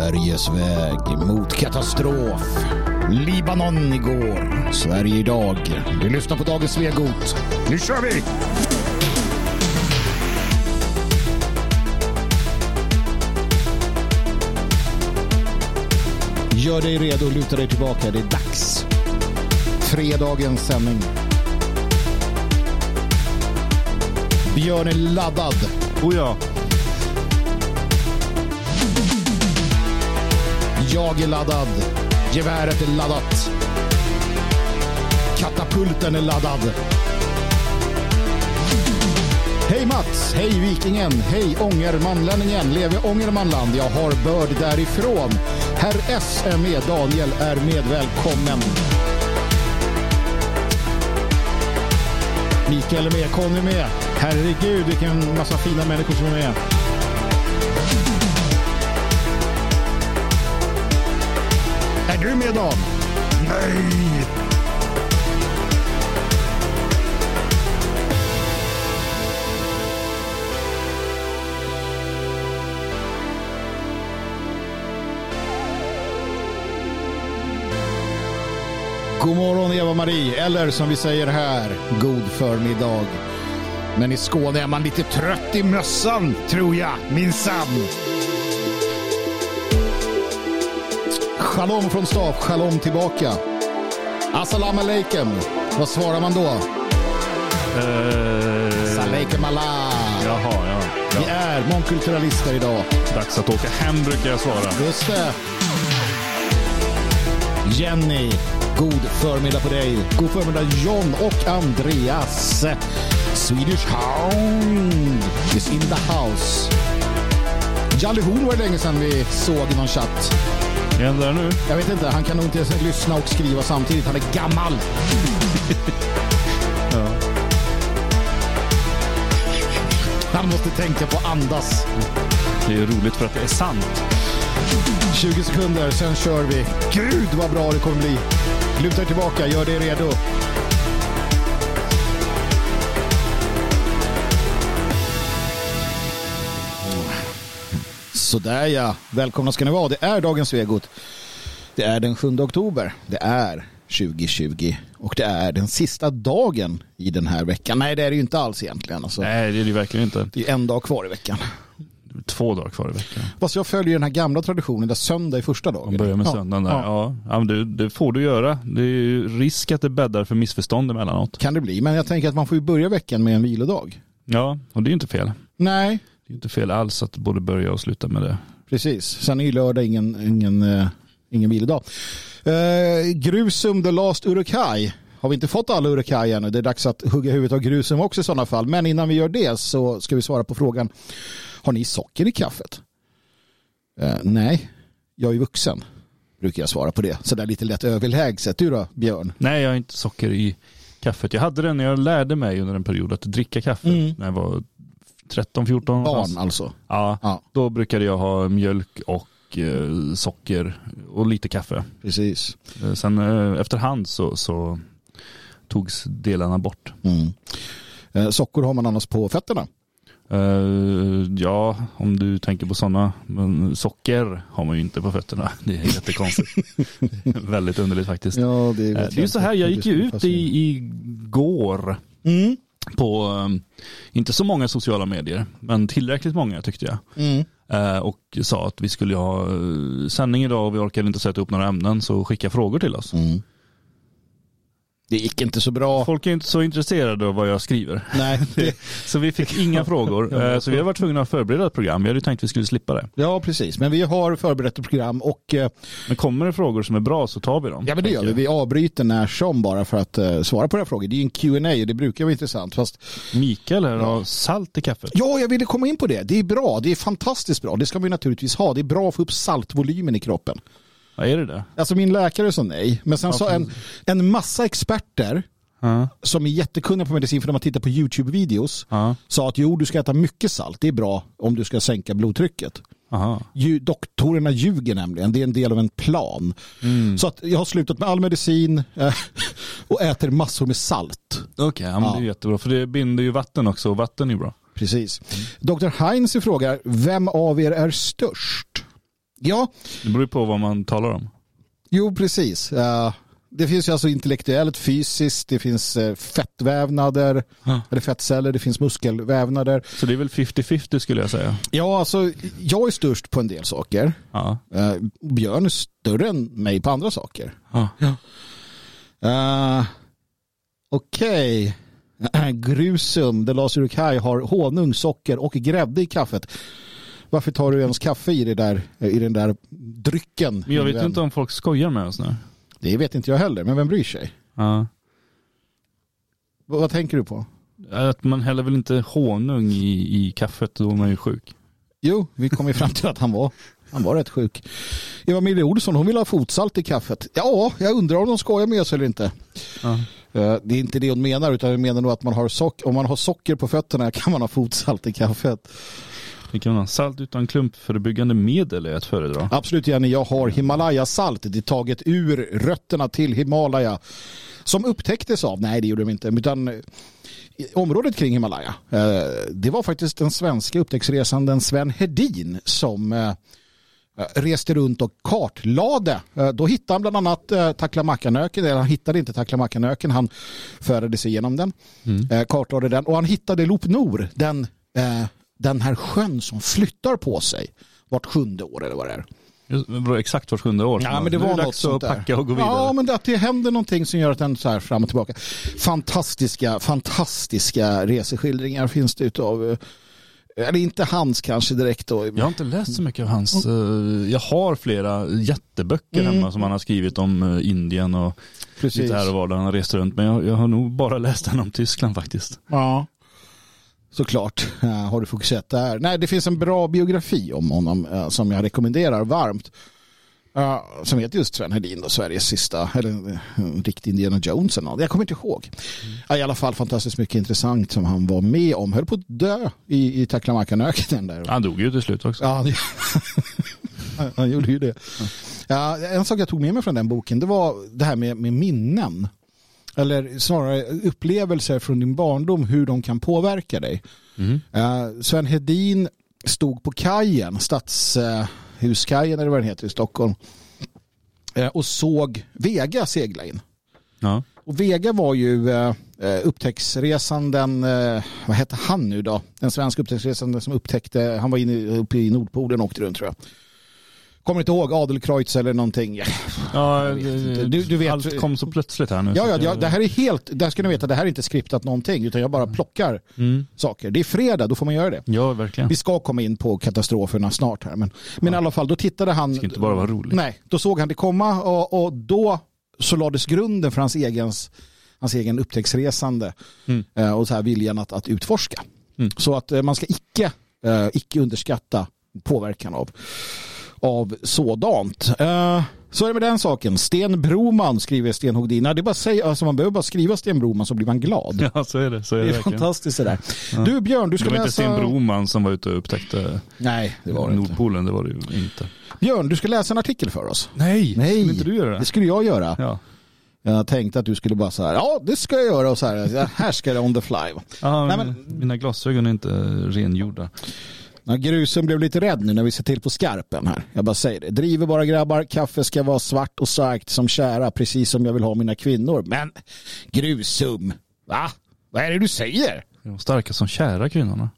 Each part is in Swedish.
Sveriges väg mot katastrof. Libanon igår, Sverige idag. Vi lyssnar på dagens Svegot. Nu kör vi! Gör dig redo och luta dig tillbaka. Det är dags. Fredagens sändning. Björn är laddad. Oh ja. Jag är laddad. Geväret är laddat. Katapulten är laddad. Hej Mats, hej Vikingen, hej Ångermanlänningen, leve Ångermanland, jag har börd därifrån. Herr S är med, Daniel är med, välkommen. Mikael är med, Conny är med. Herregud, vilken massa fina människor som är med. Är du med, Dan? Nej! God morgon Eva-Marie, eller som vi säger här, god förmiddag. Men i Skåne är man lite trött i mössan, tror jag, minsann. Shalom från Stav, shalom tillbaka. Assalamu alaikum, vad svarar man då? Saleikum Allah. Jaha, ja. Vi är mångkulturalister idag. Dags att åka hem brukar jag svara. Just det. Jenny, god förmiddag på dig. God förmiddag John och Andreas. Swedish Hound is in the house. Jalle Horn var det länge sedan vi såg i någon chatt. Är han där nu? Jag vet inte, han kan nog inte lyssna och skriva samtidigt. Han är gammal. Ja. Han måste tänka på andas. Det är roligt för att det är sant. 20 sekunder, sen kör vi. Gud vad bra det kommer bli. Luta dig tillbaka, gör dig redo. Sådär ja, välkomna ska ni vara. Det är dagens Svegot. Det är den 7 oktober. Det är 2020. Och det är den sista dagen i den här veckan. Nej, det är det ju inte alls egentligen. Alltså, Nej, det är det verkligen inte. det är en dag kvar i veckan. 2 dagar kvar i veckan. Fast jag följer den här gamla traditionen där söndag är första dagen. Man börjar med söndagen där. Ja, men det får du göra. Det är ju risk att det bäddar för missförstånd emellanåt. Kan det bli, men jag tänker att man får ju börja veckan med en vilodag. Ja, och det är ju inte fel. Nej. Det är inte fel alls att både börja och sluta med det. Precis. Sen är ju lördag ingen vilodag. Grusum the last Urukai. Har vi inte fått alla Urukai ännu? Det är dags att hugga huvudet av Grusum också i sådana fall. Men innan vi gör det så ska vi svara på frågan. Har ni socker i kaffet? Nej, jag är vuxen. Brukar jag svara på det. Så där lite lätt överlägset. Du då, Björn? Nej, jag har inte socker i kaffet. Jag hade det när jag lärde mig under en period att dricka kaffe. När jag var 13-14. Barn alltså? Ja, då brukade jag ha mjölk och socker och lite kaffe. Precis. Sen efterhand så togs delarna bort. Socker har man annars på fötterna? Ja, om du tänker på sådana. Men socker har man ju inte på fötterna. Det är jättekonstigt. Väldigt underligt faktiskt. Ja, det är ju så här, jag gick ju ut igår på inte så många sociala medier, men tillräckligt många tyckte jag. Och sa att vi skulle ha sändning idag och vi orkade inte sätta upp några ämnen, så skicka frågor till oss. Det gick inte så bra. Folk är inte så intresserade av vad jag skriver. Nej. Så vi fick inga frågor. Så vi har varit tvungna att förbereda ett program. Vi hade tänkt att vi skulle slippa det. Ja, precis. Men vi har förberett ett program och... Men kommer det frågor som är bra så tar vi dem. Ja, men det gör vi. Vi avbryter när som bara för att svara på era frågor. Det är ju en Q&A och det brukar vara intressant. Fast... Mikael har salt i kaffet. Ja, jag ville komma in på det. Det är bra. Det är fantastiskt bra. Det ska man ju naturligtvis ha. Det är bra att få upp saltvolymen i kroppen. Ja, är det? Alltså min läkare sa nej. Men sen sa en massa experter som är jättekunniga på medicin, för de har tittat på YouTube-videos, sa att jo, du ska äta mycket salt. Det är bra om du ska sänka blodtrycket. Doktorerna ljuger nämligen. Det är en del av en plan. Så att jag har slutat med all medicin och äter massor med salt. Okej, det är jättebra. För det binder ju vatten också och vatten är bra. Precis. Dr. Heinz frågar, vem av er är störst? Ja. Det beror på vad man talar om. Jo, precis. Det finns ju alltså intellektuellt, fysiskt, det finns fettvävnader, eller fettceller, det finns muskelvävnader. Så det är väl 50-50 skulle jag säga. Ja, alltså jag är störst på en del saker. Ja. Björn är större än mig på andra saker. Ja. Okej. Grusum, The Last Uruk-hai har honung, socker och grädde i kaffet. Varför tar du ens kaffe i den där drycken? Men jag vet inte om folk skojar med oss nu. Det vet inte jag heller, men vem bryr sig? Ja. Vad tänker du på? Att man häller väl inte honung i kaffet, då är man ju sjuk. Jo, vi kom ju fram till att han var rätt sjuk. Eva Mille Olsson, hon vill ha fotsalt i kaffet. Ja, jag undrar om de skojar med oss eller inte. Ja. Det är inte det hon menar, utan hon menar nog att om man har socker på fötterna kan man ha fotsalt i kaffet. Det kan man ha. Salt utan klumpförebyggande medel är att föredra. Absolut, Jenny. Jag har Himalaya-salt. Det är taget ur rötterna till Himalaya. Som upptäcktes av, nej det gjorde de inte, utan området kring Himalaya. Det var faktiskt den svenska upptäcktsresanden Sven Hedin som reste runt och kartlade. Då hittade han bland annat Taklamakanöken. Eller han hittade inte Taklamakanöken, han förde sig igenom den. Kartlade den och han hittade Lop Nor, den här sjön som flyttar på sig vart 7:e år eller vad det är. Exakt vart 7:e år. Ja, men det var något sånt där. Packa och gå vidare. Ja, men det händer någonting som gör att den så här fram och tillbaka. Fantastiska reseskildringar finns det utav. Eller inte hans kanske direkt då. Jag har inte läst så mycket av hans. Jag har flera jätteböcker hemma som han har skrivit om Indien och lite här och var där han har rest runt. Men jag har nog bara läst den om Tyskland faktiskt. Ja. Såklart har du fokuserat där. Nej, det finns en bra biografi om honom som jag rekommenderar varmt. Som heter just Sven Hedin och Sveriges sista, eller riktig Indiana Jones. Jag kommer inte ihåg. I alla fall fantastiskt mycket intressant som han var med om. Höll på att dö i Taklamakanöken där. Han dog ju till slut också. Ja, han gjorde ju det. En sak jag tog med mig från den boken, det var det här med minnen. Eller snarare upplevelser från din barndom, hur de kan påverka dig. Sven Hedin stod på kajen, Stadshuskajen eller vad den heter i Stockholm, och såg Vega segla in. Ja. Och Vega var ju upptäcktsresanden, vad hette han nu då? Den svenska upptäcktsresanden som upptäckte, han var uppe i Nordpolen och åkte runt tror jag. Kommer inte ihåg Adelkreutz eller någonting. Ja, du vet, allt kom så plötsligt här nu. Ja, det här är helt, där ska ni veta, det här är inte skriptat någonting utan jag bara plockar saker. Det är fredag, då får man göra det. Ja, verkligen. Vi ska komma in på katastroferna snart här. Men i alla fall, då tittade han. Det ska inte bara vara roligt. Nej, då såg han det komma och då så lades grunden för hans egen upptäcktsresande och så här viljan att utforska. Så att man ska icke underskatta påverkan av sådant. Så är det med den saken. Sten Broman skriver Sten Hogdin. Det är bara säga, alltså man behöver bara skriva Sten Broman så blir man glad. Ja, så är det. Det är fantastiskt det där. Ja. Du Björn, du ska läsa... Det var inte Sten Broman som var ute och upptäckte Nordpolen, det var det ju inte. Björn, du ska läsa en artikel för oss. Nej. Skulle inte du göra det? Det skulle jag göra. Ja. Jag tänkte att du skulle bara så här, ja det ska jag göra och så här ska det on the fly. Mina glasögon är inte rengjorda. Grusum blev lite rädd nu när vi ser till på skarpen här. Jag bara säger det. Driver bara grabbar. Kaffe ska vara svart och starkt som kära. Precis som jag vill ha mina kvinnor. Men Grusum. Va? Vad är det du säger? De starka som kära kvinnorna.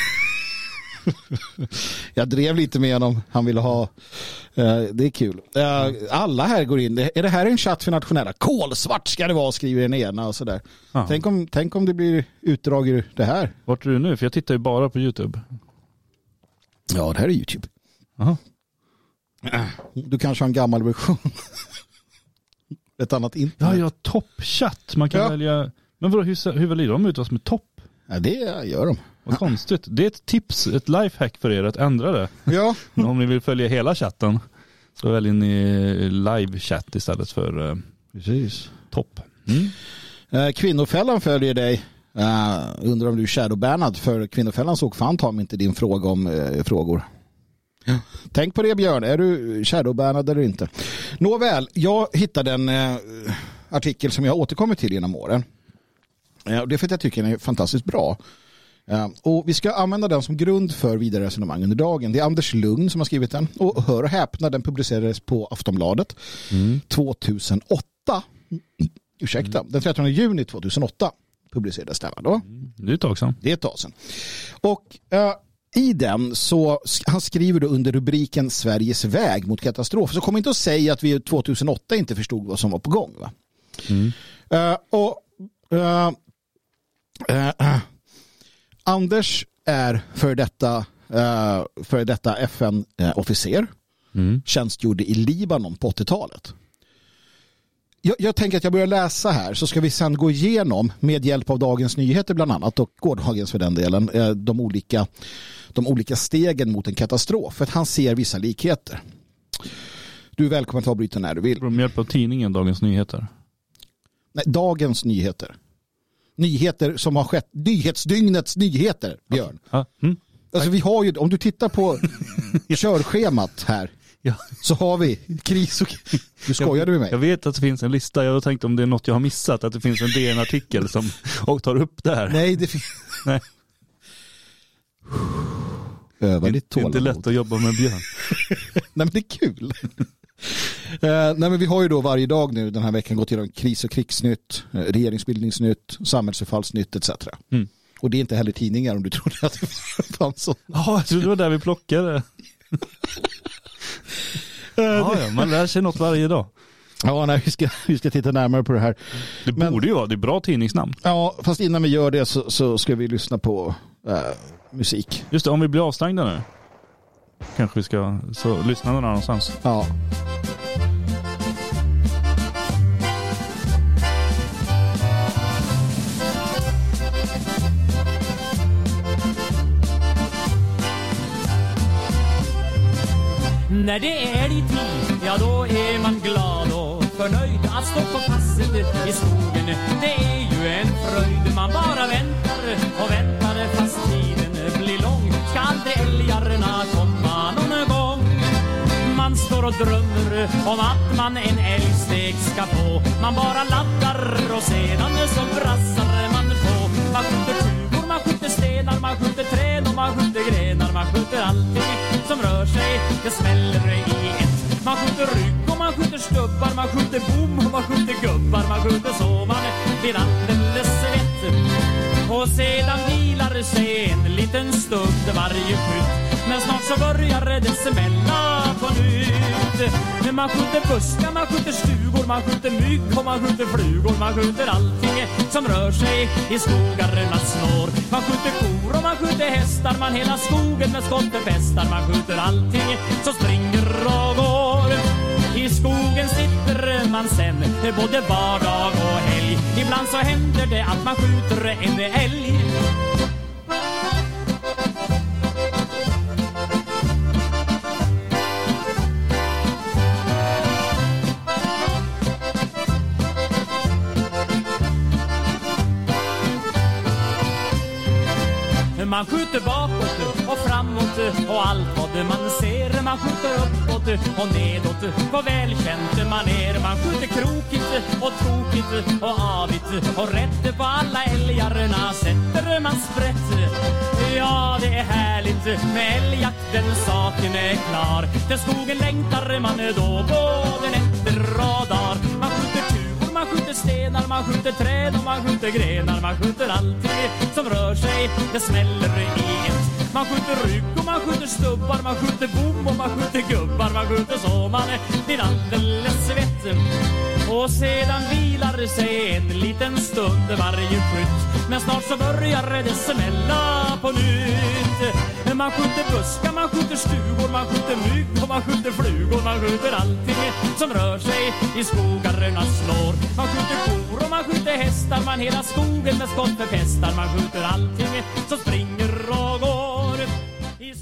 Jag drev lite med honom. Han ville ha... det är kul. Alla här går in. Är det här en chatt för nationella? Kolsvart ska det vara, skriver den ena och sådär. Tänk om det blir utdrag ur det här. Vart är du nu? För jag tittar ju bara på YouTube. Ja, det här är YouTube. Aha. Du kanske har en gammal version. Ett annat internet. Ja, toppchatt. Man kan välja... Men hur väljer de ut vad som är topp? Ja, det gör de. Vad konstigt. Det är ett tips, ett lifehack för er att ändra det. Ja. Om ni vill följa hela chatten så väljer ni live-chatt istället för topp. Kvinnofällan följer dig. Undrar om du är shadowbannad, för Kvinnofällan såg fan ta mig inte din fråga om frågor. Ja. Tänk på det Björn, är du shadowbannad eller inte? Nåväl, jag hittade en artikel som jag återkommit till genom åren. Det är för att jag tycker den är fantastiskt bra. Och vi ska använda den som grund för vidare resonemang under dagen. Det är Anders Lugn som har skrivit den. Och hör och häpna, den publicerades på Aftonbladet 2008. Den 13 juni 2008 publicerades den då. Det är ett tag sedan. Det är ett tag sedan. Och i den så han skriver då under rubriken Sveriges väg mot katastrof. Så kom inte att säga att vi 2008 inte förstod vad som var på gång. Va? Anders är för detta FN-officer. Tjänstgjorde i Libanon på 80-talet. Jag tänker att jag börjar läsa här, så ska vi sedan gå igenom med hjälp av Dagens Nyheter bland annat och gårdagens för den delen de olika stegen mot en katastrof. För att han ser vissa likheter. Du är välkommen att avbryta när du vill. Med hjälp av tidningen Dagens Nyheter? Nej, Dagens Nyheter. Nyheter som har skett. Nyhetsdygnets nyheter, Björn. Alltså vi har ju, om du tittar på körschemat här, så har vi kris och... Du skojade med mig. Jag vet att det finns en lista. Jag har tänkt om det är något jag har missat. Att det finns en DN-artikel som tar upp det här. Nej, det finns... Nej. Öva ditt tålamod. Det är inte lätt att jobba med Björn. Nej, men det är kul. Nej, men vi har ju då varje dag nu den här veckan gått igenom kris- och krigsnytt, regeringsbildningsnytt, samhällsförfallsnytt etc. Och det är inte heller tidningar om du trodde att det fanns så. Ja, jag trodde det var där vi plockade. Man lär sig något varje dag. Ja, nej, vi ska titta närmare på det här. Det borde ju vara, det är bra tidningsnamn. Ja, fast innan vi gör det så ska vi lyssna på musik. Just det, om vi blir avstängda nu kanske vi ska lyssna någon annanstans. Ja. När det är i tid, ja då är man glad och förnöjd att stå på passet i skogen. Det är ju en fröjd, man bara väntar och väntar fast tiden blir lång. Ska aldrig älgarna komma någon gång? Man står och drömmer om att man en älgsteg ska få. Man bara laddar och sedan så brassar man på. Man skjuter tugor, man skjuter stenar, man skjuter träd och man skjuter grenar. Man skjuter allting som rör sig, det smäller i ett. Man skjuter rygg och man skjuter stubbar, man skjuter bom och man skjuter gubbar. Man skjuter så man blir alldeles svett. Och sedan vilar sig en liten stund varje skytt. Men snart så börjar det smälla på nytt. Man skjuter buskar, man skjuter stugor, man skjuter mygg och man skjuter flugor. Man skjuter allting som rör sig i skogarnas snår. Man skjuter kor och man skjuter hästar, man hela skogen med skott befästar. Man skjuter allting som springer och går. I skogen sitter man sen både vardag och helg. Ibland så händer det att man skjuter en älg. Man skjuter bakåt och framåt och allt vad man ser. Man skjuter uppåt och nedåt på välkänt maner. Man skjuter krokigt och tokigt och avigt och rätt på alla älgarna sätter man sprätt. Ja, det är härligt med älgjakten, saken är klar. Till skogen längtar man då både nätter och dagar. Man skjuter tugor, man skjuter stenar, man skjuter träd och man skjuter grenar. Man skjuter allting som rör sig, det smäller i ett. Man skjuter rygg och man skjuter stubbar, man skjuter bom och man skjuter gubbar. Man skjuter så man blir alldeles svett. Och sedan vilar sig en liten stund varje skytt. Men snart så börjar det smälla på nytt. Man skjuter buskar, man skjuter stugor, man skjuter mygg och man skjuter flugor. Man skjuter allting som rör sig i skogarnas snår. Man skjuter kor och man skjuter hästar, man hela skogen med skott befästar. Man skjuter allting som springer och går.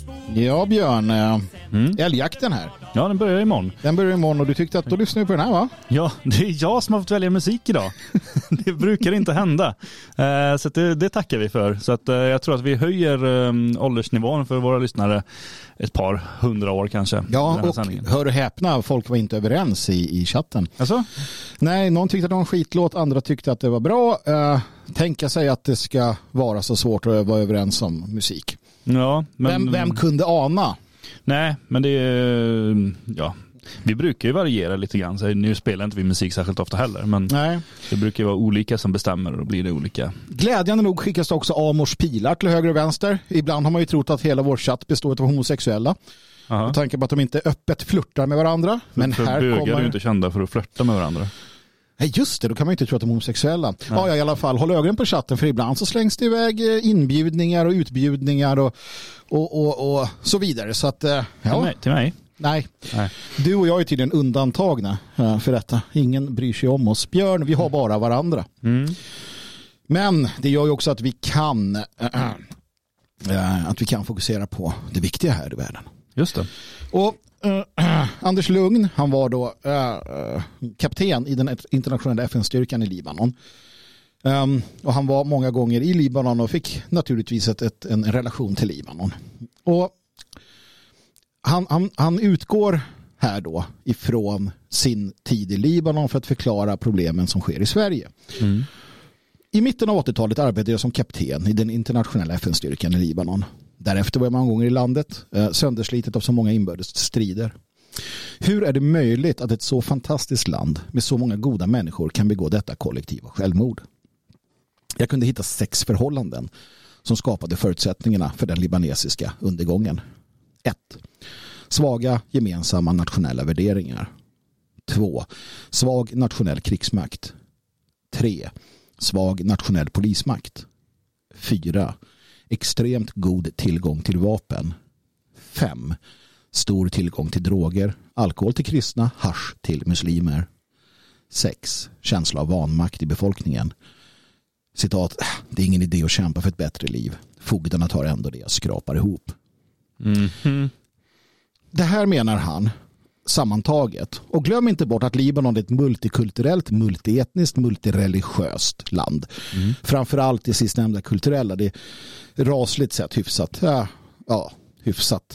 Ja, Björn. Älgjakten här. Ja, den börjar imorgon. Den börjar imorgon och du tyckte att då lyssnar vi på den här, va? Ja, det är jag som har fått välja musik idag. Det brukar inte hända. Så att det tackar vi för. Så att jag tror att vi höjer åldersnivån för våra lyssnare ett par 100 år kanske. Ja, och hör och häpna, folk var inte överens i chatten. Alltså? Nej, någon tyckte att det var en skitlåt, andra tyckte att det var bra. Tänka sig att det ska vara så svårt att vara överens om musik. Ja, men... Vem kunde ana? Nej, men det är... Ja. Vi brukar ju variera lite grann. Så nu spelar inte vi musik särskilt ofta heller. Men nej, det brukar ju vara olika som bestämmer och då blir det olika. Glädjande nog skickas det också Amors pilar till höger och vänster. Ibland har man ju trott att hela vår chatt består av homosexuella. Med tanke på att de inte öppet flörtar med varandra. Men för här bögar är ju inte kända för att flörta med varandra. Nej, just det, då kan man ju inte tro att de är homosexuella. Ja, i alla fall, håll ögonen på chatten för ibland så slängs det iväg inbjudningar och utbjudningar och så vidare. Så att, ja. Till mig? Nej. Du och jag är tydligen undantagna för detta. Ingen bryr sig om oss. Björn, vi har bara varandra. Men det gör ju också att vi kan fokusera på det viktiga här i världen. Just det. Och Anders Lugn, han var då kapten i den internationella FN-styrkan i Libanon. Och han var många gånger i Libanon och fick naturligtvis en relation till Libanon. Och han utgår här då ifrån sin tid i Libanon för att förklara problemen som sker i Sverige. I mitten av 80-talet arbetade jag som kapten i den internationella FN-styrkan i Libanon. Därefter var jag många gånger i landet, sönderslitet av så många inbördes strider. Hur är det möjligt att ett så fantastiskt land med så många goda människor kan begå detta kollektiva självmord? Jag kunde hitta 6 förhållanden som skapade förutsättningarna för den libanesiska undergången. 1. Svaga gemensamma nationella värderingar. 2. Svag nationell krigsmakt. 3. Svag nationell polismakt. 4. Extremt god tillgång till vapen. 5. Stor tillgång till droger, alkohol till kristna, hasch till muslimer. 6. Känsla av vanmakt i befolkningen. Citat, det är ingen idé att kämpa för ett bättre liv. Fogdarna tar ändå det jag skrapar ihop. Det här menar han sammantaget. Och glöm inte bort att Libanon är ett multikulturellt, multietniskt, multireligiöst land. Framförallt det sistnämnda kulturella. Det är rasligt sett hyfsat. Hyfsat.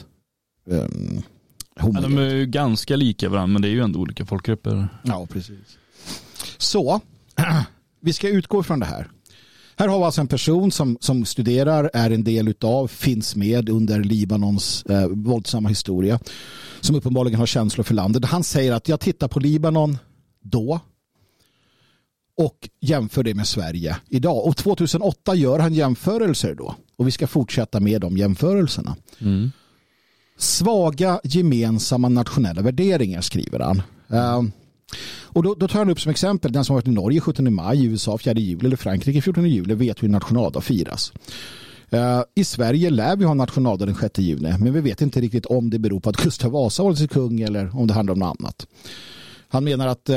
De är ju ganska lika varandra, men det är ju ändå olika folkgrupper. Ja, precis. Så, vi ska utgå från det här. Här har vi alltså en person som studerar, är en del utav, finns med under Libanons våldsamma historia, som uppenbarligen har känslor för landet. Han säger att jag tittar på Libanon då och jämför det med Sverige idag. Och 2008 gör han jämförelser då. Och vi ska fortsätta med de jämförelserna. Svaga gemensamma nationella värderingar, skriver han. Och då tar han upp som exempel den som har varit i Norge 17 maj, i USA 4 juli eller Frankrike 14 juli vet hur nationaldag firas. I Sverige lär vi ha nationaldag den 6 juni, men vi vet inte riktigt om det beror på att Gustav Vasa var sin kung eller om det handlar om något annat. Han menar att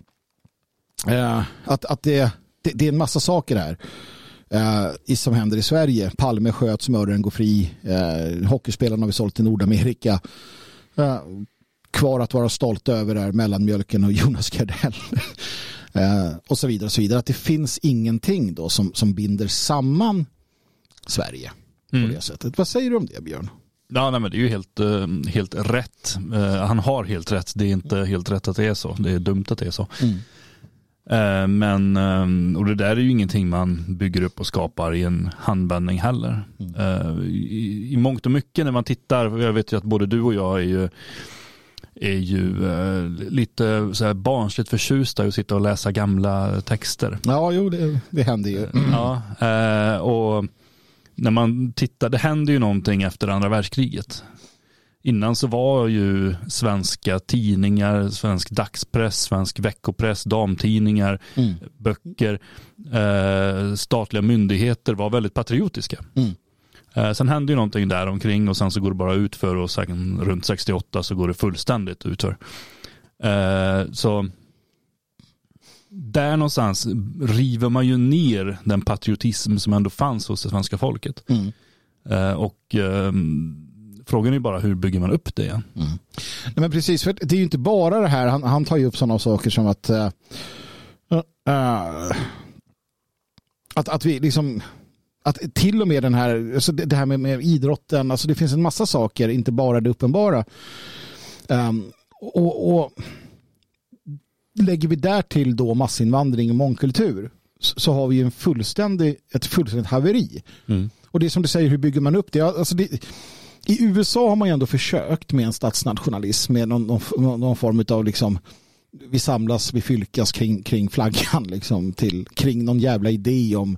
det är en massa saker här som händer i Sverige. Palme sköts, mördaren går fri, hockeyspelarna har vi sålt till Nordamerika. Kvar att vara stolt över är mellanmjölken och Jonas Gardell. Och så vidare och så vidare. Att det finns ingenting då som binder samman Sverige på det sättet. Vad säger du om det, Björn? Ja, nej, men det är ju helt rätt. Han har helt rätt. Det är inte helt rätt att det är så. Det är dumt att det är så. Men och det där är ju ingenting man bygger upp och skapar i en handvändning heller. I mångt och mycket när man tittar, jag vet ju att både du och jag är ju lite så här barnsligt förtjusta att sitta och läsa gamla texter. Ja, jo, det händer ju. Ja, och när man tittar, det händer ju någonting efter andra världskriget. Innan så var ju svenska tidningar, svensk dagspress, svensk veckopress, damtidningar, böcker, statliga myndigheter var väldigt patriotiska. Sen hände ju någonting där omkring och sen så går det bara utför och sen runt 68 så går det fullständigt utför. Så där någonstans river man ju ner den patriotism som ändå fanns hos det svenska folket. Och Frågan är bara hur bygger man upp det igen? Nej, men precis, för det är ju inte bara det här. Han tar ju upp sådana saker som att vi liksom, att till och med den här, alltså det här med idrotten, alltså det finns en massa saker, inte bara det uppenbara. Och lägger vi där till då massinvandring och mångkultur, så har vi ju ett fullständigt haveri. Och det är som du säger, hur bygger man upp det? Alltså i USA har man ju ändå försökt med en statsnationalism, med någon form av liksom, vi samlas, vi fylkas kring flaggan liksom, kring någon jävla idé om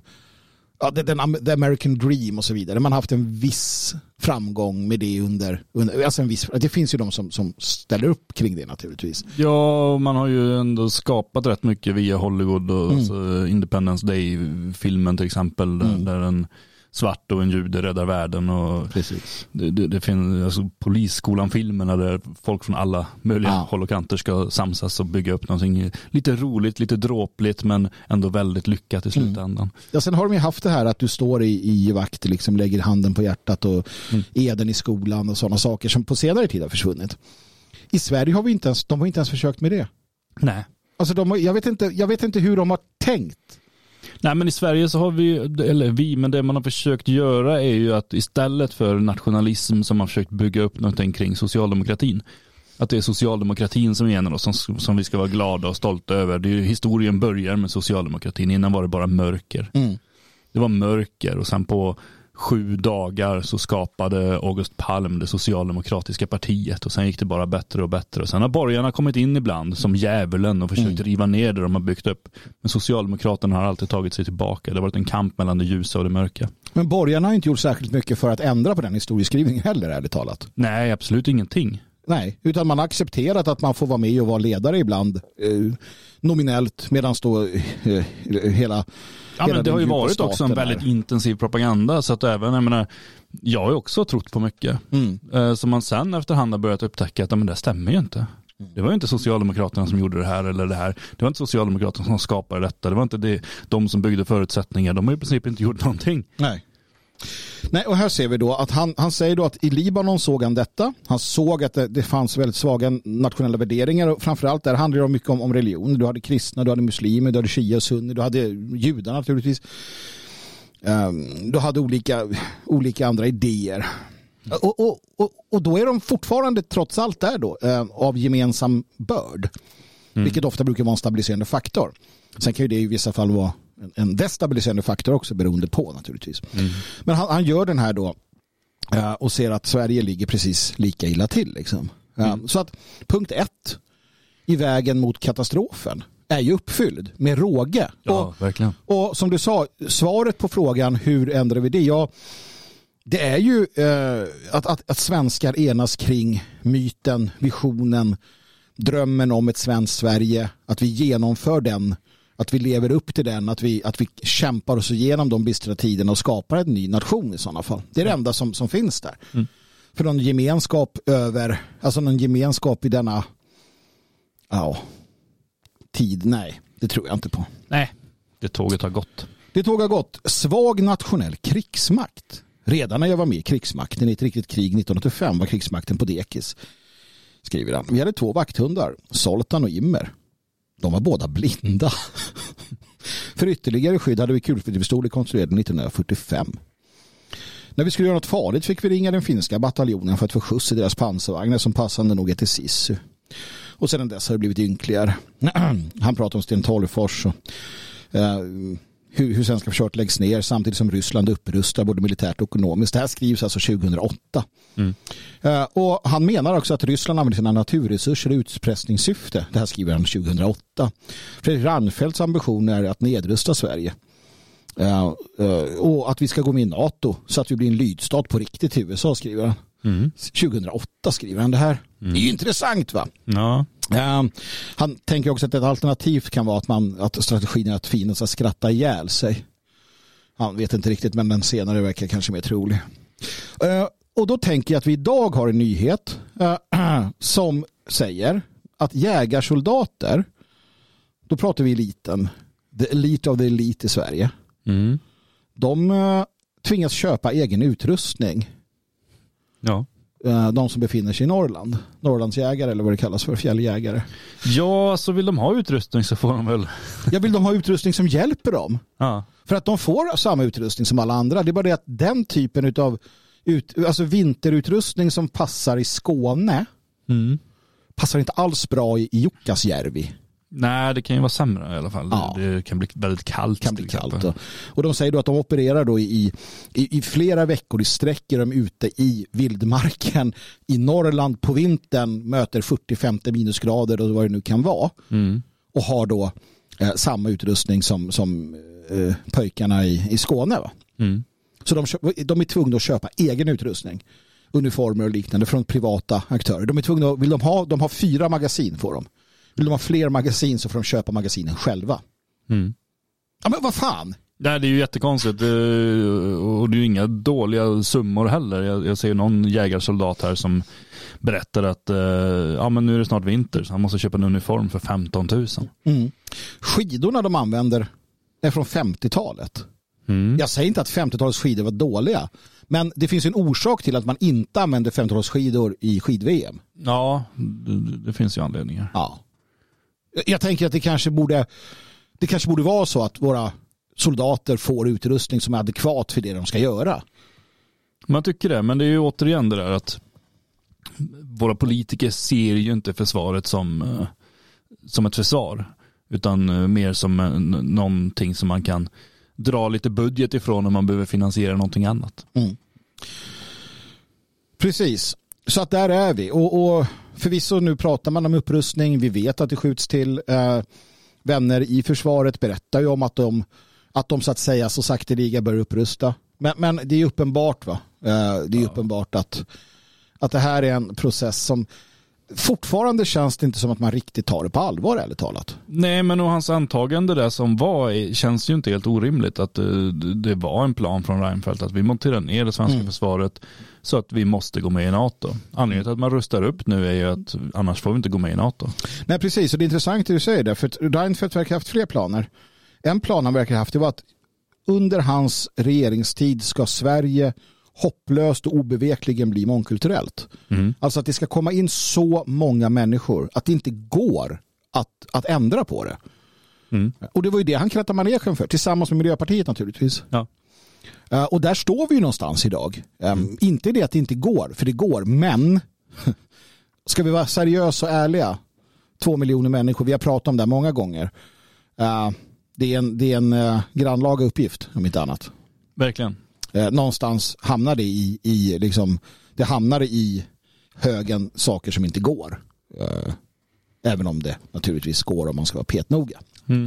the American Dream och så vidare. Man har haft en viss framgång med det under alltså det finns ju de som ställer upp kring det naturligtvis. Ja, man har ju ändå skapat rätt mycket via Hollywood och alltså Independence Day-filmen till exempel, där en svart och en jude räddar världen, och precis. Det finns alltså polisskolan-filmerna där folk från alla möjliga håll och kanter ska samsas och bygga upp någonting lite roligt, lite dråpligt, men ändå väldigt lyckat i slutändan. Ja, sen har de ju haft det här att du står i vakt, liksom lägger handen på hjärtat och eden i skolan och sådana saker som på senare tid har försvunnit. I Sverige har de har inte ens försökt med det. Nej. Alltså jag vet inte hur de har tänkt. Nej, men i Sverige så har men det man har försökt göra är ju att istället för nationalism som man försökt bygga upp någonting kring socialdemokratin, att det är socialdemokratin som är en av oss som vi ska vara glada och stolta över. Det är ju, historien börjar med socialdemokratin. Innan var det bara mörker. Det var mörker, och sen på 7 dagar så skapade August Palm det socialdemokratiska partiet, och sen gick det bara bättre och bättre, och sen har borgarna kommit in ibland som djävulen och försökt riva ner det de har byggt upp, men Socialdemokraterna har alltid tagit sig tillbaka. Det har varit en kamp mellan det ljusa och det mörka. Men borgarna har inte gjort särskilt mycket för att ändra på den historieskrivningen heller, ärligt talat. Nej, absolut ingenting. Nej, utan man har accepterat att man får vara med och vara ledare ibland nominellt, medan då hela... Ja, men det har ju varit också en väldigt intensiv propaganda, så att även, jag har ju också trott på mycket. Så man sen efterhand har börjat upptäcka att men det stämmer ju inte. Det var ju inte Socialdemokraterna som gjorde det här eller det här. Det var inte Socialdemokraterna som skapade detta. Det var inte de som byggde förutsättningar. De har i princip inte gjort någonting. Nej, och här ser vi då att han säger då att i Libanon såg han detta. Han såg att det fanns väldigt svaga nationella värderingar, och framförallt där handlar det mycket om religion. Du hade kristna, du hade muslimer, du hade shia och sunni, du hade judar naturligtvis. Du hade olika andra idéer. Och då är de fortfarande trots allt där då av gemensam börd. Vilket ofta brukar vara en stabiliserande faktor. Sen kan ju det i vissa fall vara en destabiliserande faktor också, beroende på naturligtvis. Men han gör den här då och ser att Sverige ligger precis lika illa till liksom. Så att punkt 1 i vägen mot katastrofen är ju uppfylld med råge. Ja, verkligen. Och som du sa, svaret på frågan hur ändrar vi det? Ja, det är ju att svenskar enas kring myten, visionen, drömmen om ett svenskt Sverige, att vi genomför den, att vi lever upp till den, att vi kämpar oss igenom de bistra tiderna och skapar en ny nation i sådana fall. Det är det enda som finns där. För någon gemenskap någon gemenskap i denna tid, nej, det tror jag inte på. Nej, det tåget har gått. Svag nationell krigsmakt. Redan när jag var med i krigsmakten i ett riktigt krig 1985 var krigsmakten på dekis, skriver han. Vi hade 2 vakthundar, Zoltan och Immer. De var båda blinda. För ytterligare skydd hade vi kulsprutepistoler konstruerade 1945. När vi skulle göra något farligt fick vi ringa den finska bataljonen för att få skjuts i deras pansarvagnar som passande nog heter Sissu. Och sedan dess har det blivit ynkligare. Han pratar om Sten Tolgfors och hur svenska försvaret läggs ner samtidigt som Ryssland upprustar både militärt och ekonomiskt. Det här skrivs alltså 2008. Och han menar också att Ryssland använder sina naturresurser i utpressningssyfte. Det här skriver han 2008. Fredrik Reinfeldts ambition är att nedrusta Sverige. Och att vi ska gå med i NATO så att vi blir en lydstat på riktigt till USA, skriver han. 2008 skriver han det här. Det är ju intressant, va? Ja. Han tänker också att ett alternativ kan vara att strategin är att fienden ska skratta ihjäl sig. Han vet inte riktigt, men den senare verkar kanske mer trolig. Och då tänker jag att vi idag har en nyhet som säger att jägarsoldater, då pratar vi eliten, the elite of the elite i Sverige, de tvingas köpa egen utrustning. Ja. de som befinner sig i Norrland. Norrlandsjägare eller vad det kallas för, fjälljägare. Ja, så vill de ha utrustning så får de väl. Jag vill de ha utrustning som hjälper dem. Ja. För att de får samma utrustning som alla andra. Det är bara det att den typen av alltså vinterutrustning som passar i Skåne passar inte alls bra i Jukkasjärvi. Nej, det kan ju vara sämre i alla fall. Ja. Det kan bli väldigt kallt. Kan bli kallt. Och de säger då att de opererar då i flera veckor i sträcker de ute i vildmarken i Norrland på vintern, möter 40-50 minusgrader och vad det nu kan vara. Och har då samma utrustning som pojkarna i Skåne. Va? Så de är tvungna att köpa egen utrustning. Uniformer och liknande från privata aktörer. De är tvungna de har 4 magasin för dem. Vill de ha fler magasin så får de köpa magasinen själva. Ja, men vad fan? Nej, det är ju jättekonstigt. Och det är ju inga dåliga summor heller. Jag ser någon jägarsoldat här som berättar att men nu är det snart vinter så han måste köpa en uniform för 15 000. Skidorna de använder är från 50-talet. Jag säger inte att 50-talets skidor var dåliga. Men det finns en orsak till att man inte använder 50-talets skidor i skid-VM. Ja, det finns ju anledningar. Ja. Jag tänker att det kanske borde vara så att våra soldater får utrustning som är adekvat för det de ska göra. Man tycker det, men det är ju återigen det där att våra politiker ser ju inte försvaret som ett försvar utan mer som någonting som man kan dra lite budget ifrån om man behöver finansiera någonting annat. Precis. Så att där är vi. Och förvisso nu pratar man om upprustning. Vi vet att det skjuts till vänner i försvaret berättar ju om att de så att säga så sakteliga bör upprusta. Men det är uppenbart det är uppenbart att det här är en process som fortfarande känns det inte som att man riktigt tar det på allvar, ärligt talat. Nej, men och hans antagande där som känns ju inte helt orimligt att det var en plan från Reinfeldt att vi monterar ner det svenska försvaret så att vi måste gå med i NATO. Anledningen till att man rustar upp nu är ju att annars får vi inte gå med i NATO. Nej, precis. Och det är intressant det du säger där, för att Reinfeldt verkar ha haft fler planer. En plan han verkar ha haft det var att under hans regeringstid ska Sverige hopplöst och obevekligen bli mångkulturellt. Alltså att det ska komma in så många människor att det inte går att ändra på det. Och det var ju det han krättade manegen för, tillsammans med Miljöpartiet naturligtvis. Ja. Och där står vi ju någonstans idag. Inte det att det inte går, för det går, men ska vi vara seriösa och ärliga, 2 miljoner människor, vi har pratat om det många gånger. Det är en grannlaga uppgift, om inte annat. Verkligen. Någonstans hamnar det i liksom, det hamnar i högen saker som inte går. Även om det naturligtvis går om man ska vara petnoga.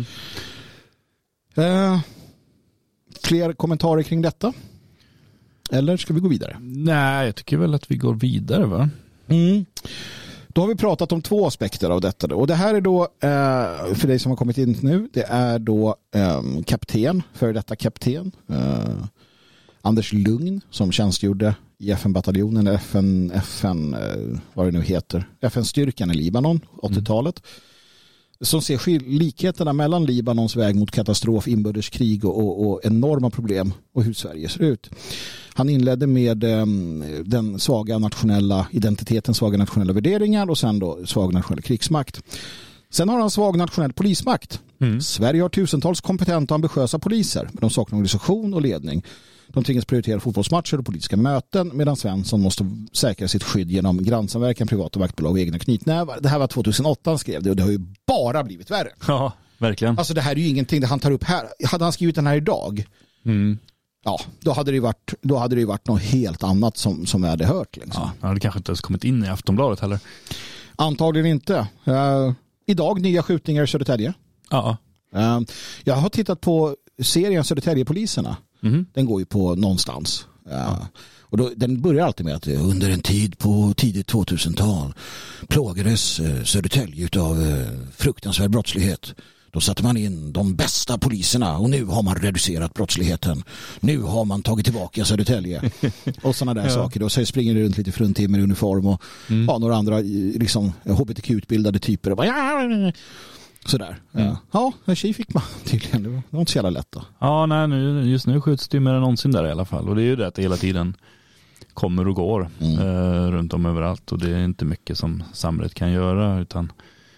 Fler kommentarer kring detta? Eller ska vi gå vidare? Nej, jag tycker väl att vi går vidare, va? Då har vi pratat om 2 aspekter av detta. Och det här är då, för dig som har kommit in nu, det är då kapten, för detta kapten, Anders Lugn, som tjänstgjorde i FN-bataljonen, FN vad det nu heter, FN-styrkan i Libanon, 80-talet. Som ser likheterna mellan Libanons väg mot katastrof, inbördeskrig och enorma problem och hur Sverige ser ut. Han inledde med den svaga nationella identiteten, svaga nationella värderingar och sen då svag nationell krigsmakt. Sen har han svag nationell polismakt. Sverige har tusentals kompetenta och ambitiösa poliser, men de saknar organisation och ledning. De tvingas prioritera fotbollsmatcher och politiska möten medan Svensson måste säkra sitt skydd genom grannsamverkan, privata vaktbolag och egna knytnävar. Det här var 2008 han skrev det och det har ju bara blivit värre. Ja, verkligen. Alltså det här är ju ingenting det han tar upp här. Hade han skrivit den här idag, ja, då hade det ju varit något helt annat som vi hade hört. Liksom. Ja, han hade kanske inte ens kommit in i Aftonbladet heller. Antagligen inte. Idag nya skjutningar i Södertälje. Ja. Jag har tittat på serien Södertäljepoliserna. Den går ju på någonstans. Och då, den börjar alltid med att under en tid på tidigt 2000-tal plågades Södertälje av fruktansvärd brottslighet. Då satte man in de bästa poliserna och nu har man reducerat brottsligheten. Nu har man tagit tillbaka Södertälje. Och sådana där saker. Och så springer det runt lite fruntimmer i uniform och några andra liksom hbtq-utbildade typer. Sådär. Ja, en tjej fick man tydligen. Det var inte så jävla lätt då. Ja, nej, just nu skjuts det ju mer än någonsin där i alla fall. Och det är ju det att det hela tiden kommer och går runt om överallt, och det är inte mycket som samhället kan göra, utan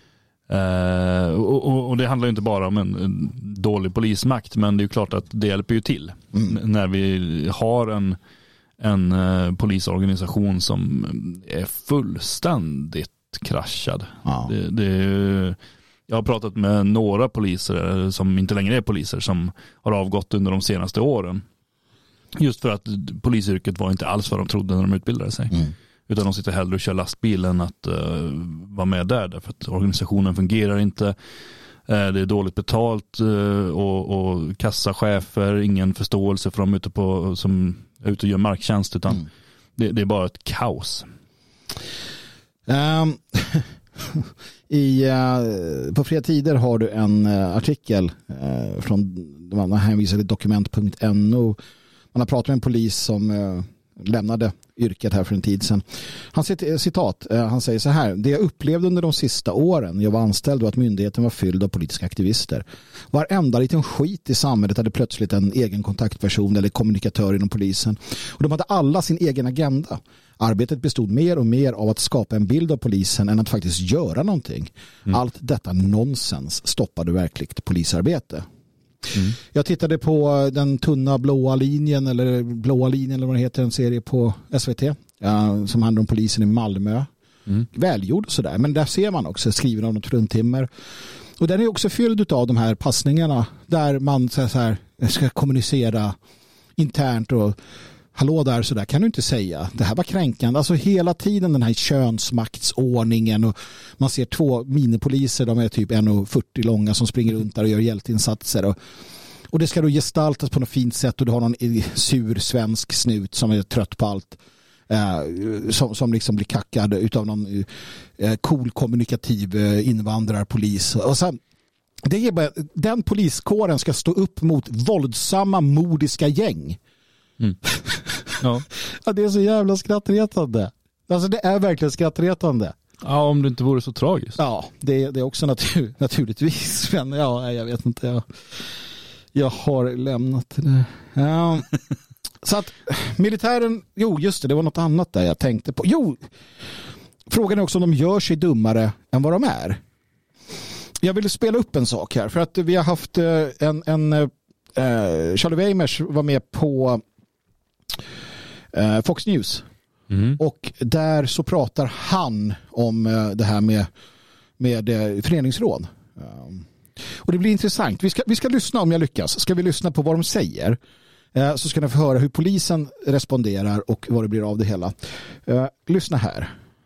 och det handlar ju inte bara om en dålig polismakt, men det är ju klart att det hjälper ju till när vi har en polisorganisation som är fullständigt kraschad. Ja. Jag har pratat med några poliser som inte längre är poliser, som har avgått under de senaste åren. Just för att polisyrket var inte alls vad de trodde när de utbildade sig. Utan de sitter hellre och kör lastbil än att vara med där. Därför att organisationen fungerar inte. Det är dåligt betalt och kassachefer, ingen förståelse för dem som är ute och gör marktjänst, utan det är bara ett kaos. På Fria Tider har du en artikel från, man hänvisar till dokument.no. Man har pratat med en polis som lämnade yrket här för en tid sedan. Han säger så här: det jag upplevde under de sista åren jag var anställd var att myndigheten var fylld av politiska aktivister. Varenda liten skit i samhället hade plötsligt en egen kontaktperson eller kommunikatör inom polisen. Och de hade alla sin egen agenda. Arbetet bestod mer och mer av att skapa en bild av polisen än att faktiskt göra någonting. Allt detta nonsens stoppade verkligt polisarbete. Jag tittade på den tunna blåa linjen eller vad det heter, en serie på SVT som handlar om polisen i Malmö. Välgjord och sådär, men där ser man också skriven av något fruntimmer. Och den är också fylld av de här passningarna där man så här, ska kommunicera internt och hallå där, så där kan du inte säga. Det här var kränkande. Alltså hela tiden den här könsmaktsordningen, och man ser 2 minipoliser, de är typ 1,40 långa, som springer runt där och gör hjälteinsatser. Och det ska då gestaltas på något fint sätt, och du har någon sur svensk snut som är trött på allt. Som liksom blir kackad utav någon cool kommunikativ invandrarpolis. Och sen, det är bara, den poliskåren ska stå upp mot våldsamma modiska gäng. Ja. Ja, det är så jävla skrattretande. Alltså det är verkligen skrattretande. Ja, om det inte vore så tragiskt. Ja, det är också naturligtvis. Men ja, jag vet inte. Jag har lämnat det. Ja. Så att militären, just det var något annat där jag tänkte på. Frågan är också om de gör sig dummare än vad de är. Jag vill spela upp en sak här, för att vi har haft Charlie Weimers var med på Fox News. Och där så pratar han om det här med föreningsrån. Och det blir intressant. Vi ska lyssna, om jag lyckas. Ska vi lyssna på vad de säger, så ska ni få höra hur polisen responderar och vad det blir av det hela. Lyssna här.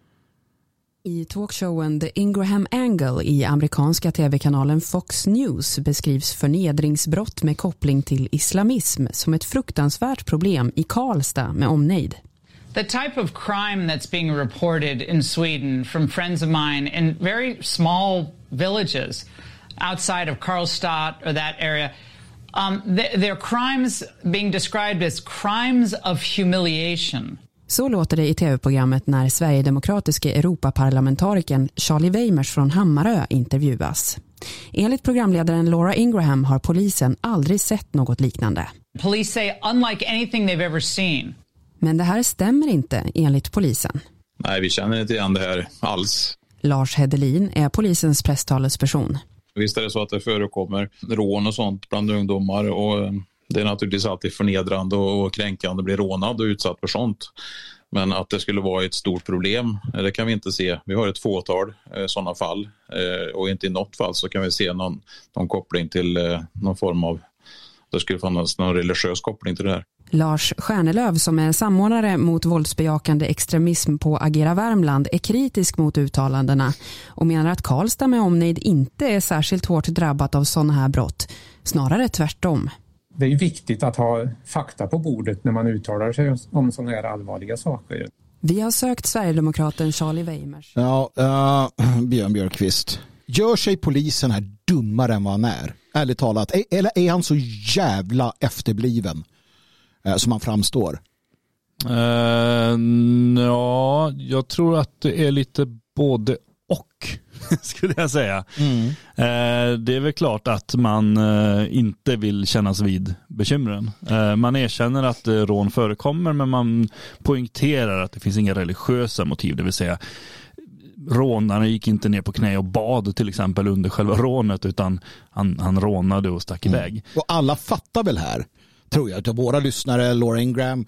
I talkshowen The Ingraham Angle i amerikanska tv-kanalen Fox News beskrivs förnedringsbrott med koppling till islamism som ett fruktansvärt problem i Karlstad med omnejd. The type of crime that's being reported in Sweden from friends of mine in very small villages outside of Karlstad or that area, they're crimes being described as crimes of humiliation. Så låter det i tv-programmet när sverigedemokratiske Europaparlamentarikern Charlie Weimers från Hammarö intervjuas. Enligt programledaren Laura Ingraham har polisen aldrig sett något liknande. Police say unlike anything they've ever seen. Men det här stämmer inte enligt polisen. Nej, vi känner inte igen det här alls. Lars Hedelin är polisens presstalesperson. Visst är det så att det förekommer rån och sånt bland ungdomar, och det är naturligtvis alltid förnedrande och kränkande att bli rånad och utsatt för sånt. Men att det skulle vara ett stort problem, det kan vi inte se. Vi har ett fåtal sådana fall, och inte i något fall så kan vi se någon koppling till någon form av, det skulle finnas någon religiös koppling till det här. Lars Stjärnelöv, som är samordnare mot våldsbejakande extremism på Agera Värmland, är kritisk mot uttalandena och menar att Karlstad med omnejd inte är särskilt hårt drabbat av sådana här brott. Snarare tvärtom. Det är viktigt att ha fakta på bordet när man uttalar sig om sådana här allvarliga saker. Vi har sökt Sverigedemokraten Charlie Weimers. Ja, Björn Björkqvist. Gör sig polisen här dummare än vad han är? Ärligt talat. Eller är han så jävla efterbliven som han framstår? Ja, jag tror att det är lite både och skulle jag säga. Det är väl klart att man inte vill kännas vid bekymren. Man erkänner att rån förekommer, men man poängterar att det finns inga religiösa motiv, det vill säga rånaren gick inte ner på knä och bad till exempel under själva rånet, utan han rånade och stack iväg. Och alla fattar väl här, tror jag, av våra lyssnare, Laura Ingraham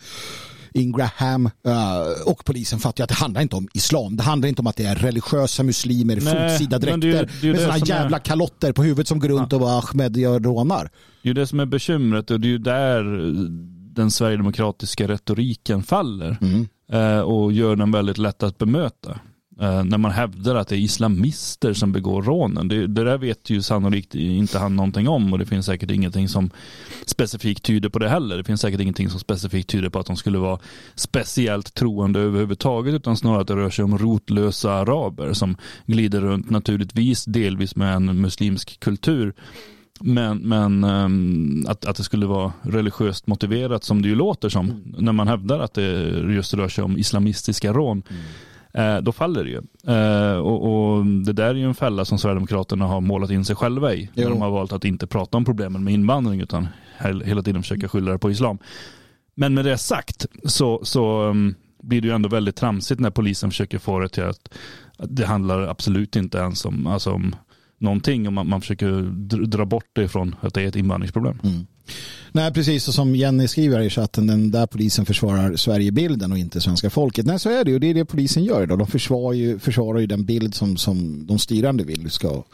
och polisen fattar att det handlar inte om islam. Det handlar inte om att det är religiösa muslimer, fotsida dräkter med sådana jävla kalotter på huvudet som går runt och Ahmed gör rånar. Det är det som är bekymret, och det är ju där den sverigedemokratiska retoriken faller och gör den väldigt lätt att bemöta. När man hävdar att det är islamister som begår rånen. Det där vet ju sannolikt inte han någonting om, och det finns säkert ingenting som specifikt tyder på det heller. Det finns säkert ingenting som specifikt tyder på att de skulle vara speciellt troende överhuvudtaget, utan snarare att det rör sig om rotlösa araber som glider runt, naturligtvis delvis med en muslimsk kultur. Men att det skulle vara religiöst motiverat, som det ju låter som när man hävdar att det just rör sig om islamistiska rån. Då faller det ju. Och det där är ju en fälla som Sverigedemokraterna har målat in sig själva i. När de har valt att inte prata om problemen med invandring, utan hela tiden försöka skylla det på islam. Men med det sagt så blir det ju ändå väldigt tramsigt när polisen försöker få det till att det handlar absolut inte ens om någonting, om man försöker dra bort det från att det är ett invandringsproblem. Nej, precis, och som Jenny skriver i chatten, den där polisen försvarar Sverigebilden och inte svenska folket. Nej, så är det ju. Det är det polisen gör idag. De försvarar ju den bild som de styrande vill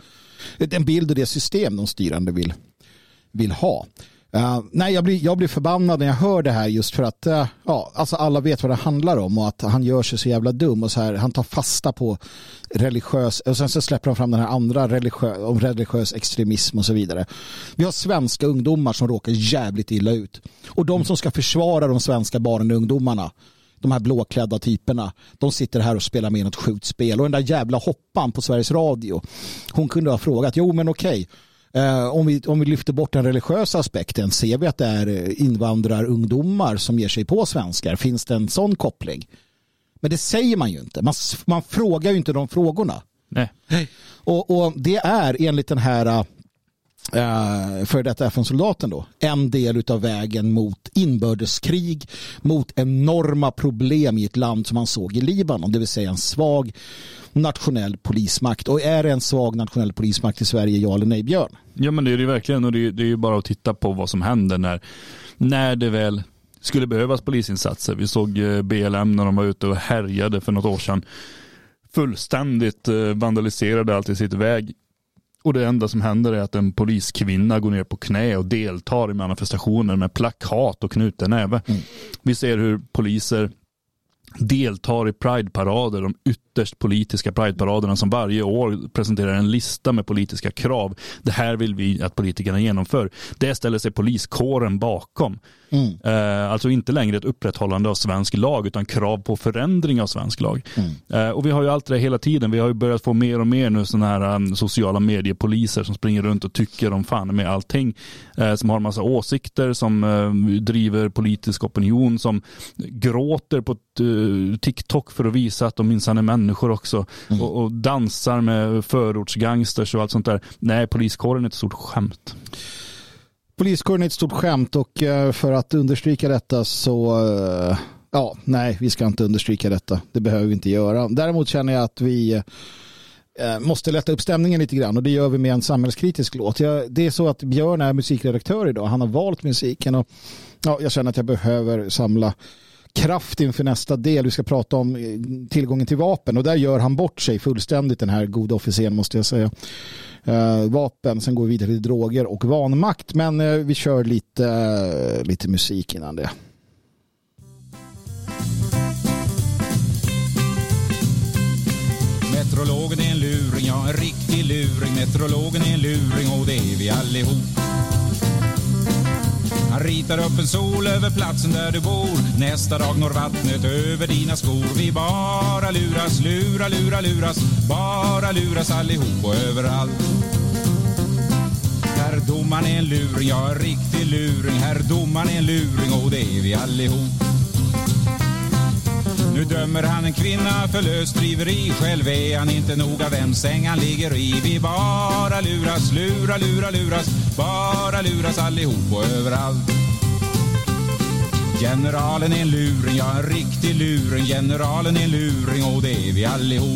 den bild och det system de styrande vill ha. Nej, jag blir förbannad när jag hör det här, just för att alltså alla vet vad det handlar om, och att han gör sig så jävla dum och så här, han tar fasta på religiös, och sen så släpper han fram den här andra om religiös extremism och så vidare. Vi har svenska ungdomar som råkar jävligt illa ut, och de som ska försvara de svenska barnen och ungdomarna, de här blåklädda typerna, de sitter här och spelar med något skjutspel. Och den där jävla hoppan på Sveriges Radio, hon kunde ha frågat, jo men okej, om vi lyfter bort den religiösa aspekten, ser vi att det är invandrarungdomar som ger sig på svenskar? Finns det en sån koppling? Men det säger man ju inte. Man frågar ju inte de frågorna. Nej. Och det är enligt den här för detta FN-soldaten då en del av vägen mot inbördeskrig, mot enorma problem i ett land som man såg i Libanon, det vill säga en svag nationell polismakt. Och är det en svag nationell polismakt i Sverige, ja eller nej, Björn? Ja, men det är det verkligen, och det är ju bara att titta på vad som händer när det väl skulle behövas polisinsatser. Vi såg BLM när de var ute och härjade för något år sedan, fullständigt vandaliserade allt i sitt väg. Och det enda som händer är att en poliskvinna går ner på knä och deltar i manifestationer med plakat och knuten näve. Vi ser hur poliser deltar i Pride-parader, de ytterst politiska Pride-paraderna som varje år presenterar en lista med politiska krav. Det här vill vi att politikerna genomför. Det ställer sig poliskåren bakom. Alltså inte längre ett upprätthållande av svensk lag, utan krav på förändring av svensk lag. Och vi har ju allt det hela tiden. Vi har ju börjat få mer och mer nu sådana här sociala mediepoliser som springer runt och tycker om fan med allting. Som har en massa åsikter, som driver politisk opinion, som gråter på TikTok för att visa att de minsann är människor också. Och dansar med förortsgangsters och allt sånt där. Nej, poliskåren är ett stort skämt. Poliskåren är ett stort skämt, och för att understryka detta så nej, vi ska inte understryka detta. Det behöver vi inte göra. Däremot känner jag att vi måste lätta upp stämningen lite grann, och det gör vi med en samhällskritisk låt. Det är så att Björn är musikredaktör idag. Han har valt musiken, och jag känner att jag behöver samla kraft inför nästa del. Vi ska prata om tillgången till vapen, och där gör han bort sig fullständigt, den här goda officeren, måste jag säga. Vapen, sen går vi vidare till droger och vanmakt, men vi kör lite musik innan det. Meteorologen är en luring, ja en riktig luring. Meteorologen är en luring, och det är vi allihop. Han ritar upp en sol över platsen där du bor. Nästa dag når vattnet över dina skor. Vi bara luras, luras. Bara luras allihop och överallt. Herr domaren är en luring, ja en riktig luring. Herr domaren är en luring, och det är vi allihop. Nu dömer han en kvinna för lösdriveri. Själv är han inte noga vem säng han ligger i. Vi bara luras, luras. Bara luras allihop och överallt. Generalen är en luring, ja en riktig luring. Generalen är en luring och det är vi allihop.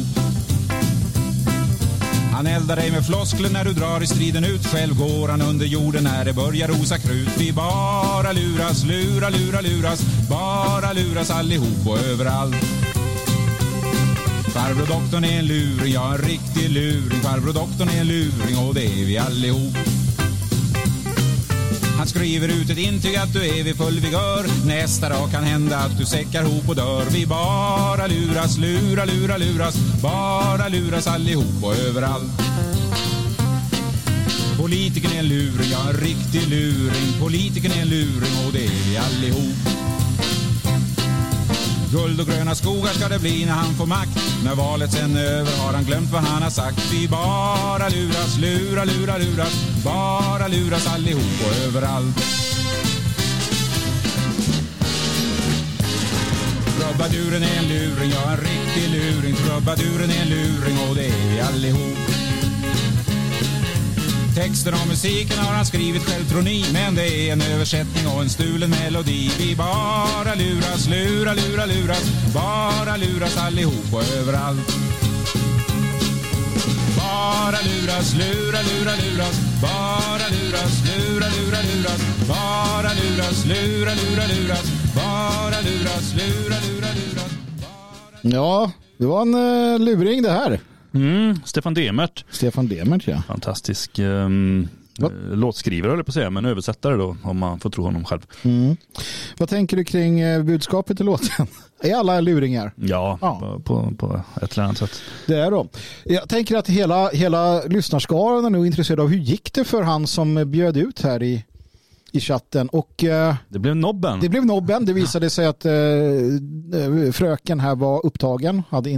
Han eldar dig med floskler när du drar i striden ut. Själv går han under jorden när det börjar rosa krut. Vi bara luras, luras. Bara luras allihop och överallt. Farbror doktorn är en luring, ja en riktig luring. Farbror doktorn är en luring och det är vi allihop. Han skriver ut ett intyg att du är vid full vigör. Nästa dag kan hända att du säckar ihop och dör. Vi bara luras, luras. Bara luras allihop och överallt. Politikern är en luring, ja en riktig luring. Politikern är en luring och det är vi allihop. Guld och gröna skogar ska det bli när han får makt. När valet sen är över har han glömt vad han har sagt. Vi bara luras, luras. Bara luras allihop och överallt. Trubaduren är en luring, ja en riktig luring. Trubaduren är en luring och det är vi allihop. Texten och musiken har han skrivit själv, tror ni. Men det är en översättning och en stulen melodi. Vi bara luras, luras. Bara luras allihop och överallt. Bara luras, luras. Bara luras, luras. Bara luras, luras. Bara luras, luras. Ja, det var en luring det här. Stefan Demert. Ja. Fantastisk låtskrivare, eller på att säga, men översättare då, om man får tro honom själv. Vad tänker du kring budskapet i låten? Är alla luringar? Ja. På ett eller annat sätt. Det är de. Jag tänker att hela lyssnarskaran är nog intresserad av hur gick det för han som bjöd ut här i chatten. Och det blev nobben. Det visade sig att fröken här var upptagen. Hade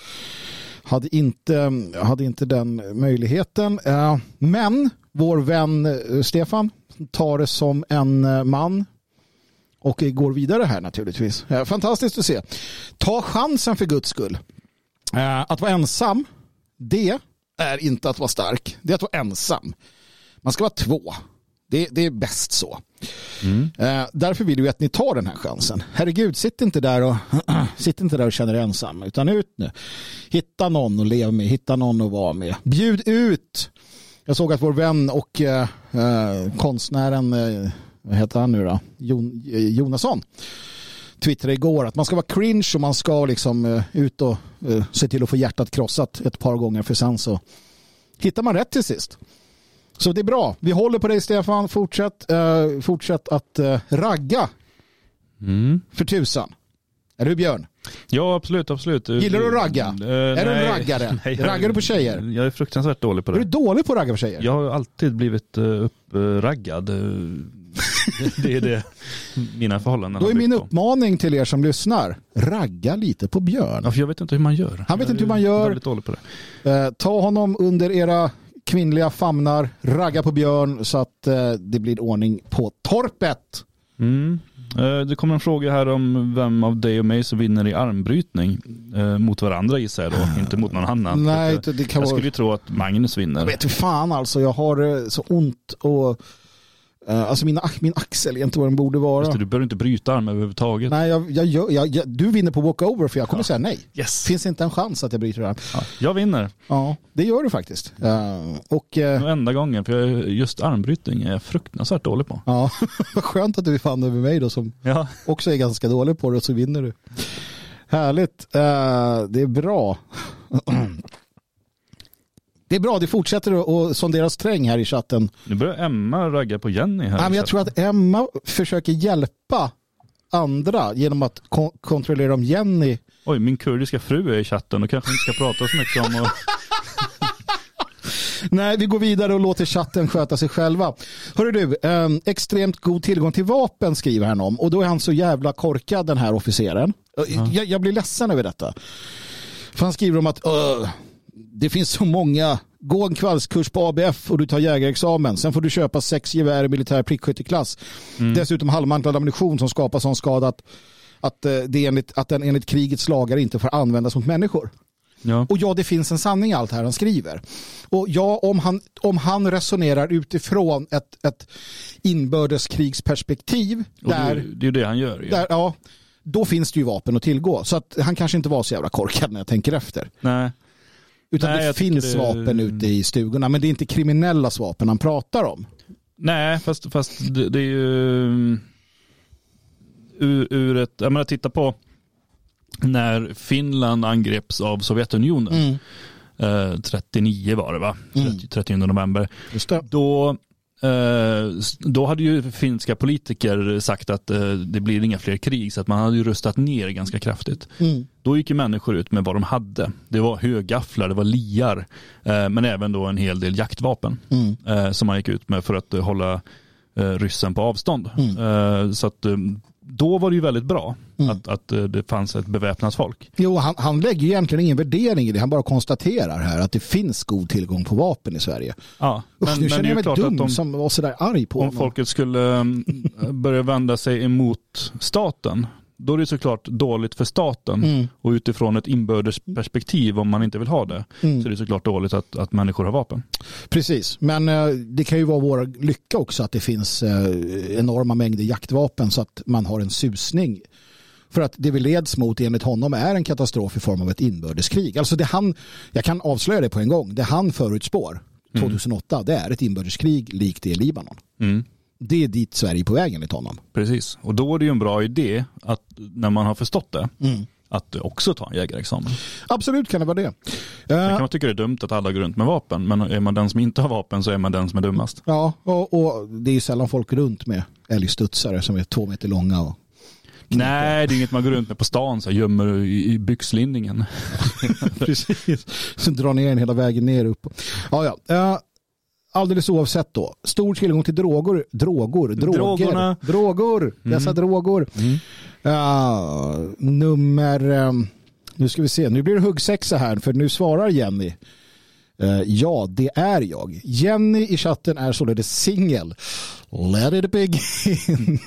inte den möjligheten. Men vår vän Stefan tar det som en man och går vidare här naturligtvis. Fantastiskt att se. Ta chansen för Guds skull. Att vara ensam, det är inte att vara stark. Det är att vara ensam. Man ska vara två. Det är bäst så. Därför vill vi att ni tar den här chansen. Herregud, sitt inte där och känner dig ensam, utan ut nu. Hitta någon att leva med, hitta någon att vara med. Bjud ut. Jag såg att vår vän och konstnären, vad heter han nu då? Jonasson twittrade igår att man ska vara cringe och man ska liksom ut och se till att få hjärtat krossat ett par gånger, för sen så hittar man rätt till sist. Så det är bra. Vi håller på dig, Stefan. Fortsätt att ragga för tusan. Är du Björn? Ja, absolut. Gillar du att ragga? Är du en raggare? Raggar du på tjejer? Jag är fruktansvärt dålig på det. Är du dålig på att ragga på tjejer? Jag har alltid blivit uppraggad. Det är det mina förhållanden. Då är min uppmaning till er som lyssnar: ragga lite på Björn. Ja, för jag vet inte hur man gör. Han vet inte hur man gör. Jag är väldigt dålig på det. Ta honom under era kvinnliga famnar, ragga på Björn så att det blir ordning på torpet. Det kommer en fråga här om vem av dig och mig som vinner i armbrytning mot varandra, gissar jag då, inte mot någon annan. Nej, jag skulle ju tro att Magnus vinner. Jag vet hur fan alltså, jag har så ont och alltså min axel är inte vad den borde vara. Just det, du bör inte bryta arm överhuvudtaget. Nej, du vinner på walkover, för jag kommer säga nej. Yes. Finns inte en chans att jag bryter arm. Ja, jag vinner. Ja, det gör du faktiskt. Enda gången, för just armbrytning är jag fruktansvärt dålig på. Ja, vad skönt att du fann över mig då, som också är ganska dålig på det, och så vinner du. Härligt. Det är bra. Det är bra, det fortsätter att sondera sträng här i chatten. Nu börjar Emma ragga på Jenny här. Ja, men jag tror att Emma försöker hjälpa andra genom att kontrollera om Jenny... Oj, min kurdiska fru är i chatten och kanske inte ska prata så mycket om... Nej, vi går vidare och låter chatten sköta sig själva. Hörru du, extremt god tillgång till vapen skriver han om. Och då är han så jävla korkad, den här officeren. Jag blir ledsen över detta. För han skriver om att... det finns så många. Gå en kvällskurs på ABF och du tar jägarexamen. Sen får du köpa 6 gevär i militär prickskytteklass. Dessutom halvmantlad ammunition som skapar sån skada att den enligt krigets lagar inte får användas mot människor. Ja. Och ja, det finns en sanning i allt här han skriver. Och ja, om han resonerar utifrån ett inbördeskrigsperspektiv där, det är ju det han gör. Där, ja, då finns det ju vapen att tillgå. Så att han kanske inte var så jävla korkad när jag tänker efter. Nej. Utan det finns vapen ute i stugorna, men det är inte kriminella vapen han pratar om. Nej, fast det är ju ur ett, jag menar, titta på när Finland angreps av Sovjetunionen 39 var det va? 30 november. Just det. Då hade ju finska politiker sagt att det blir inga fler krig, så att man hade ju rustat ner ganska kraftigt. Då gick ju människor ut med vad de hade. Det var högafflar, det var liar, men även då en hel del jaktvapen som man gick ut med för att hålla ryssen på avstånd. Så att då var det ju väldigt bra att det fanns ett beväpnat folk. Jo, han lägger ju egentligen ingen värdering i det. Han bara konstaterar här att det finns god tillgång på vapen i Sverige. Ja, nu känner jag mig dum som var så där arg på om folket skulle börja vända sig emot staten, då är det såklart dåligt för staten. Och utifrån ett inbördesperspektiv, om man inte vill ha det, så är det såklart dåligt att människor har vapen. Precis, men det kan ju vara vår lycka också att det finns enorma mängder jaktvapen så att man har en susning. För att det vi leds mot enligt honom är en katastrof i form av ett inbördeskrig. Alltså jag kan avslöja det på en gång, det han förutspår 2008, det är ett inbördeskrig likt det i Libanon. Det är dit Sverige är på vägen enligt honom. Precis, och då är det ju en bra idé att när man har förstått det att också ta en jägarexamen. Absolut kan det vara det. Sen kan man tycka det är dumt att alla går runt med vapen, men är man den som inte har vapen så är man den som är dummast. Ja, och det är ju sällan folk runt med älgstudsare som är 2 meter långa och nej, det är inget man går runt med på stan så gömmer i byxlinningen. Precis, så drar ner den hela vägen ner upp. Ja. Alldeles oavsett då. Stor tillgång till droger. Dessa droger. Nu ska vi se. Nu blir det huggsexa här, för nu svarar Jenny. Ja, det är jag. Jenny i chatten är således singel. Let it begin.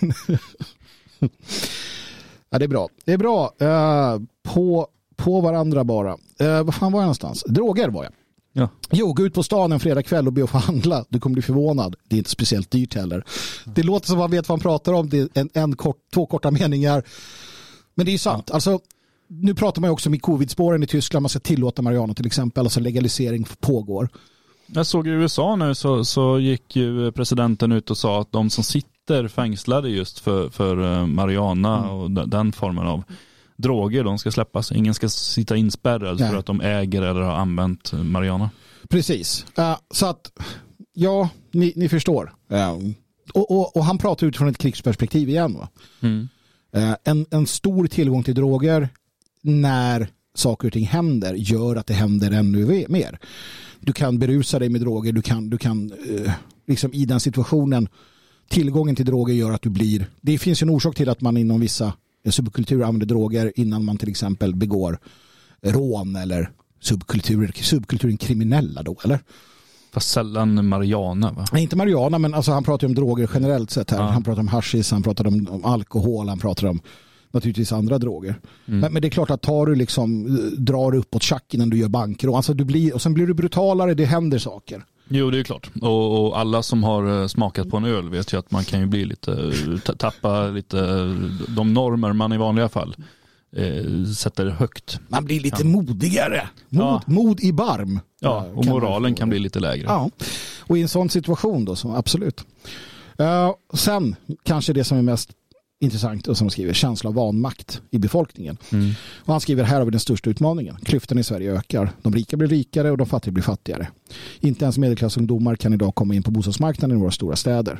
Ja, det är bra. Det är bra. På varandra bara. Vad fan var jag någonstans? Droger var jag. Ja. Jo, gå ut på stan en fredag kväll och be att få handla. Du kommer bli förvånad. Det är inte speciellt dyrt heller. Det låter som man vet vad han pratar om. Det är 2 korta meningar. Men det är ju sant. Ja. Alltså, nu pratar man ju också om i covid-spåren i Tyskland. Man ska tillåta marijuana till exempel. Alltså legalisering pågår. Jag såg i USA nu så gick ju presidenten ut och sa att de som sitter fängslade just för marijuana och den formen av droger, de ska släppas. Ingen ska sitta inspärrad för att de äger eller har använt marijuana. Precis. Så att, ja, ni förstår. Och han pratar utifrån ett krigsperspektiv igen. Va? En stor tillgång till droger när saker och ting händer gör att det händer ännu mer. Du kan berusa dig med droger, du kan liksom i den situationen, tillgången till droger gör att du blir, det finns en orsak till att man inom vissa subkulturer använder droger innan man till exempel begår rån eller subkulturen kriminella då, eller? Fast sällan marijuana, va? Nej, inte marijuana, men alltså han pratar om droger generellt sett här. Ja. Han pratar om hashish, han pratar om alkohol, han pratar om naturligtvis andra droger. Men det är klart att drar uppåt tjack innan du gör bankrån. Alltså och sen blir du brutalare, det händer saker. Jo, det är klart. Och alla som har smakat på en öl vet ju att man kan ju bli lite, tappa lite de normer man i vanliga fall sätter högt. Man blir lite modigare. Mod i barm. Ja, och moralen kan bli lite lägre. Ja, och i en sån situation då, så absolut. Sen kanske det som är mest intressant och som skriver känsla av vanmakt i befolkningen. Och han skriver här har vi den största utmaningen. Klyftorna i Sverige ökar. De rika blir rikare och de fattiga blir fattigare. Inte ens medelklassungdomar kan idag komma in på bostadsmarknaden i våra stora städer.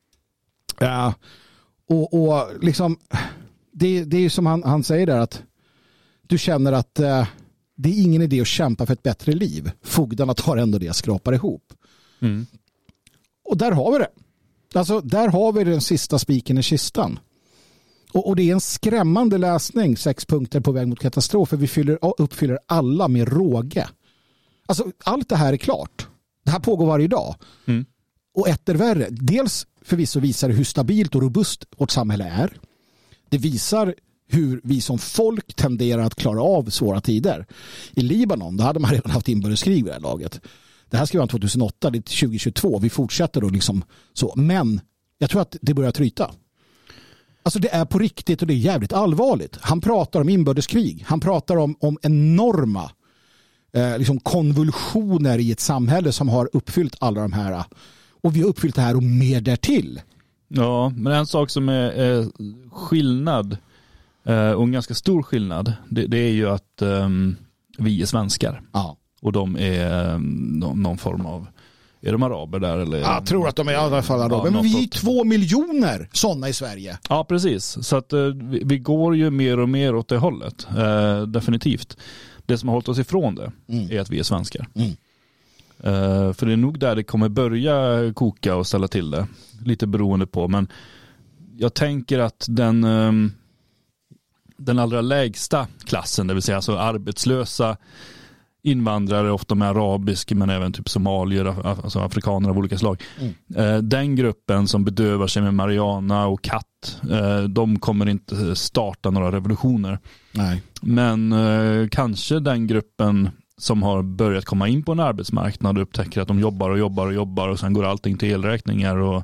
Och liksom det är ju som han säger där, att du känner att det är ingen idé att kämpa för ett bättre liv. Fogdarna tar ändå det, skrapar ihop. Och där har vi det. Alltså där har vi den sista spiken i kistan. Och det är en skrämmande läsning, 6 punkter på väg mot katastrofer. Vi uppfyller alla med råge. Alltså allt det här är klart. Det här pågår varje dag. Och etter värre. Dels förvisso visar det hur stabilt och robust vårt samhälle är. Det visar hur vi som folk tenderar att klara av svåra tider. I Libanon, då hade man redan haft inbördeskrig vid det här laget. Det här ska vara 2008, det är 2022. Vi fortsätter då liksom så. Men jag tror att det börjar tryta. Alltså det är på riktigt och det är jävligt allvarligt. Han pratar om inbördeskrig. Han pratar om enorma liksom konvulsioner i ett samhälle som har uppfyllt alla de här. Och vi har uppfyllt det här och mer därtill. Ja, men en sak som är skillnad och en ganska stor skillnad, det är ju att vi är svenskar. Ja. Och de är någon form av, är de araber där? Eller jag tror att de är i alla fall araber. Men vi är 2 miljoner sådana i Sverige. Ja, precis. Så att vi går ju mer och mer åt det hållet. Definitivt. Det som har hållit oss ifrån det är att vi är svenskar. För det är nog där det kommer börja koka och ställa till det. Lite beroende på. Men jag tänker att den allra lägsta klassen, det vill säga alltså arbetslösa invandrare, ofta med arabisk men även typ somalier, alltså afrikaner av olika slag. Den gruppen som bedövar sig med marijuana och katt, de kommer inte starta några revolutioner. Nej. Men kanske den gruppen som har börjat komma in på en arbetsmarknad och upptäcker att de jobbar och sen går allting till elräkningar och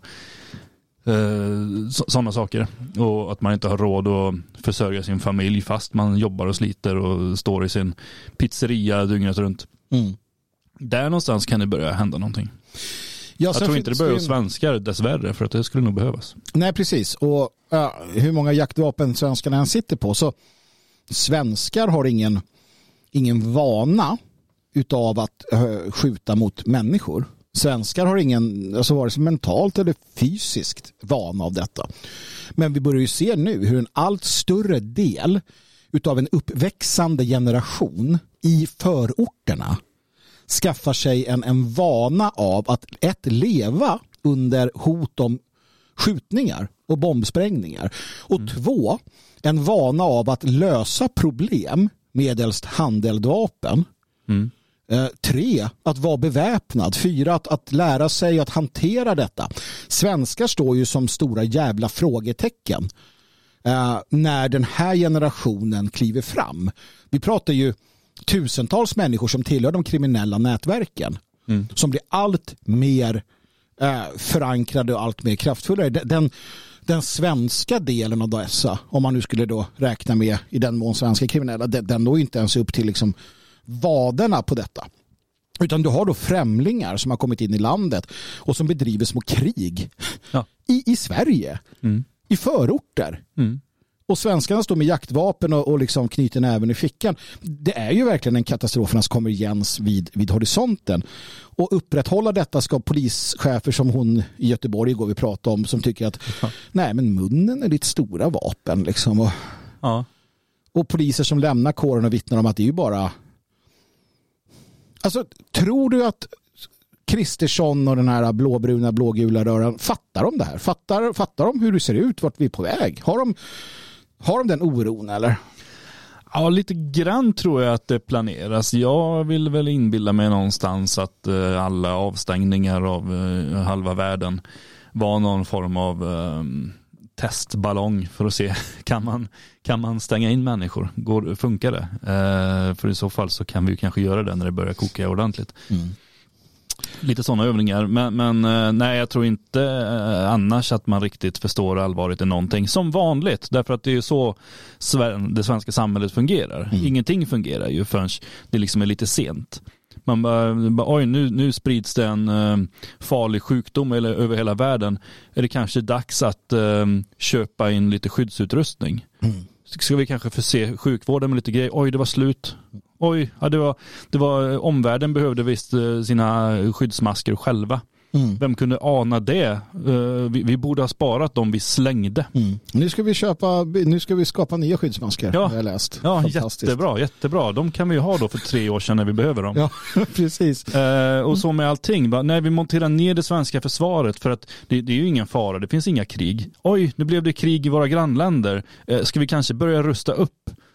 sådana saker. Och att man inte har råd att försörja sin familj fast man jobbar och sliter och står i sin pizzeria dygnet runt. Där någonstans kan det börja hända någonting. Jag tror inte det börjar hos svenskar dessvärre, för att det skulle nog behövas. Nej, precis. Och hur många jaktvapen svenskarna än sitter på, så svenskar har ingen vana utav att skjuta mot människor. Svenskar har ingen, alltså vare sig mentalt eller fysiskt vana av detta. Men vi börjar ju se nu hur en allt större del utav en uppväxande generation i förorterna skaffar sig en vana av att leva under hot om skjutningar och bombsprängningar. Och 2, en vana av att lösa problem medelst handeldvapen. 3, att vara beväpnad. 4, att lära sig att hantera detta. Svenskar står ju som stora jävla frågetecken när den här generationen kliver fram. Vi pratar ju tusentals människor som tillhör de kriminella nätverken som blir allt mer förankrade och allt mer kraftfullare. Den svenska delen av dessa, om man nu skulle då räkna med i den mån svenska kriminella, den når inte ens upp till liksom vaderna på detta. Utan du har då främlingar som har kommit in i landet och som bedriver små krig i Sverige. I förorter. Och svenskarna står med jaktvapen och liksom knyter näven i fickan. Det är ju verkligen en katastrofernas konvergens vid horisonten. Och upprätthålla detta ska polischefer som hon i Göteborg igår vi pratade om, som tycker att nej, men munnen är ditt stora vapen liksom. Och poliser som lämnar kåren och vittnar om att det är ju bara... Alltså, tror du att Kristersson och den här blåbruna, blågula röran fattar om det här? Fattar de hur det ser ut, vart vi är på väg? Har de den oron eller? Ja, lite grann tror jag att det planeras. Jag vill väl inbilla mig någonstans att alla avstängningar av halva världen var någon form av testballong för att se kan man stänga in människor? Funkar det? För i så fall så kan vi kanske göra det när det börjar koka ordentligt. Lite sådana övningar. Men nej, jag tror inte annars att man riktigt förstår allvaret i någonting. Som vanligt, därför att det är så det svenska samhället fungerar. Ingenting fungerar ju förrän det liksom är lite sent. Man bara oj, nu sprids det en farlig sjukdom över hela världen. Är det kanske dags att köpa in lite skyddsutrustning? Ska vi kanske förse sjukvården med lite grejer? Oj, det var slut. Oj, ja, det var omvärlden behövde visst sina skyddsmasker själva. Vem kunde ana det? Vi borde ha sparat dem vi slängde. Nu ska vi skapa nya skyddsmasker, har jag läst. Ja, jättebra. De kan vi ju ha då för 3 år sedan när vi behöver dem. Ja, precis. Och så med allting. Nej, vi monterar ner det svenska försvaret för att det är ju ingen fara. Det finns inga krig. Oj, nu blev det krig i våra grannländer. Ska vi kanske börja rusta upp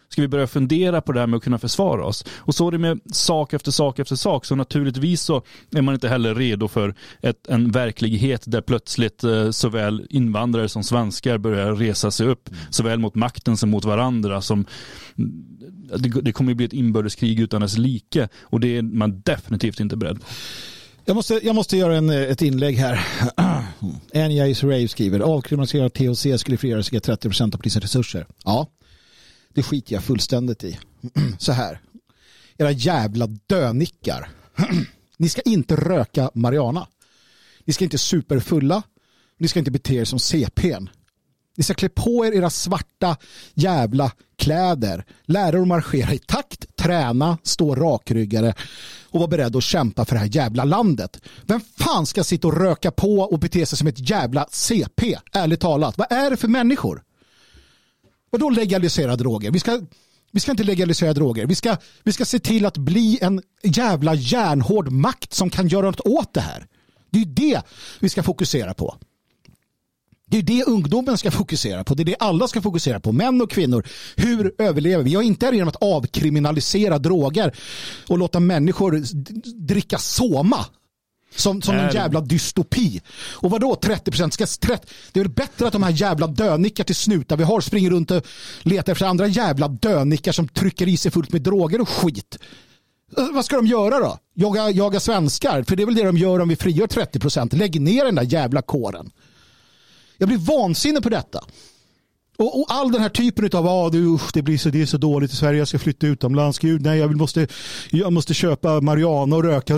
ska vi börja fundera på det här med att kunna försvara oss. Och så är det med sak efter sak efter sak. Så naturligtvis så är man inte heller redo för en verklighet där plötsligt såväl invandrare som svenskar börjar resa sig upp. Såväl mot makten som mot varandra. Det kommer att bli ett inbördeskrig utan dess like. Och det är man definitivt inte beredd på. Jag måste göra ett inlägg här. Anja Israel skriver: avkriminaliserad THC skulle frigöra sig 30% av polisens resurser. Ja, det skiter jag fullständigt i. Så här. Era jävla dönickar. Ni ska inte röka marijuana. Ni ska inte superfulla. Ni ska inte bete er som CP:n. Ni ska klä på er era svarta jävla kläder. Lära er att marschera i takt, träna, stå rakryggare och vara beredd att kämpa för det här jävla landet. Vem fan ska sitta och röka på och bete sig som ett jävla CP? Ärligt talat. Vad är det för människor? Vadå legalisera droger? Vi ska inte legalisera droger. Vi ska se till att bli en jävla järnhård makt som kan göra något åt det här. Det är det vi ska fokusera på. Det är det ungdomen ska fokusera på. Det är det alla ska fokusera på. Män och kvinnor. Hur överlever vi? Jag är inte genom att avkriminalisera droger och låta människor dricka soma. Som en jävla dystopi. Och vadå 30%? Det är väl bättre att de här jävla dönickar till snutar vi har springer runt och letar efter andra jävla dönickar som trycker i sig fullt med droger och skit. Vad ska de göra då? Jaga svenskar? För det är väl det de gör om vi frigör 30%. Lägg ner den där jävla kåren. Jag blir vansinnig på detta. Och all den här typen av det är så dåligt i Sverige, jag ska flytta utomlands. Gud, nej, jag måste köpa marijuana och röka.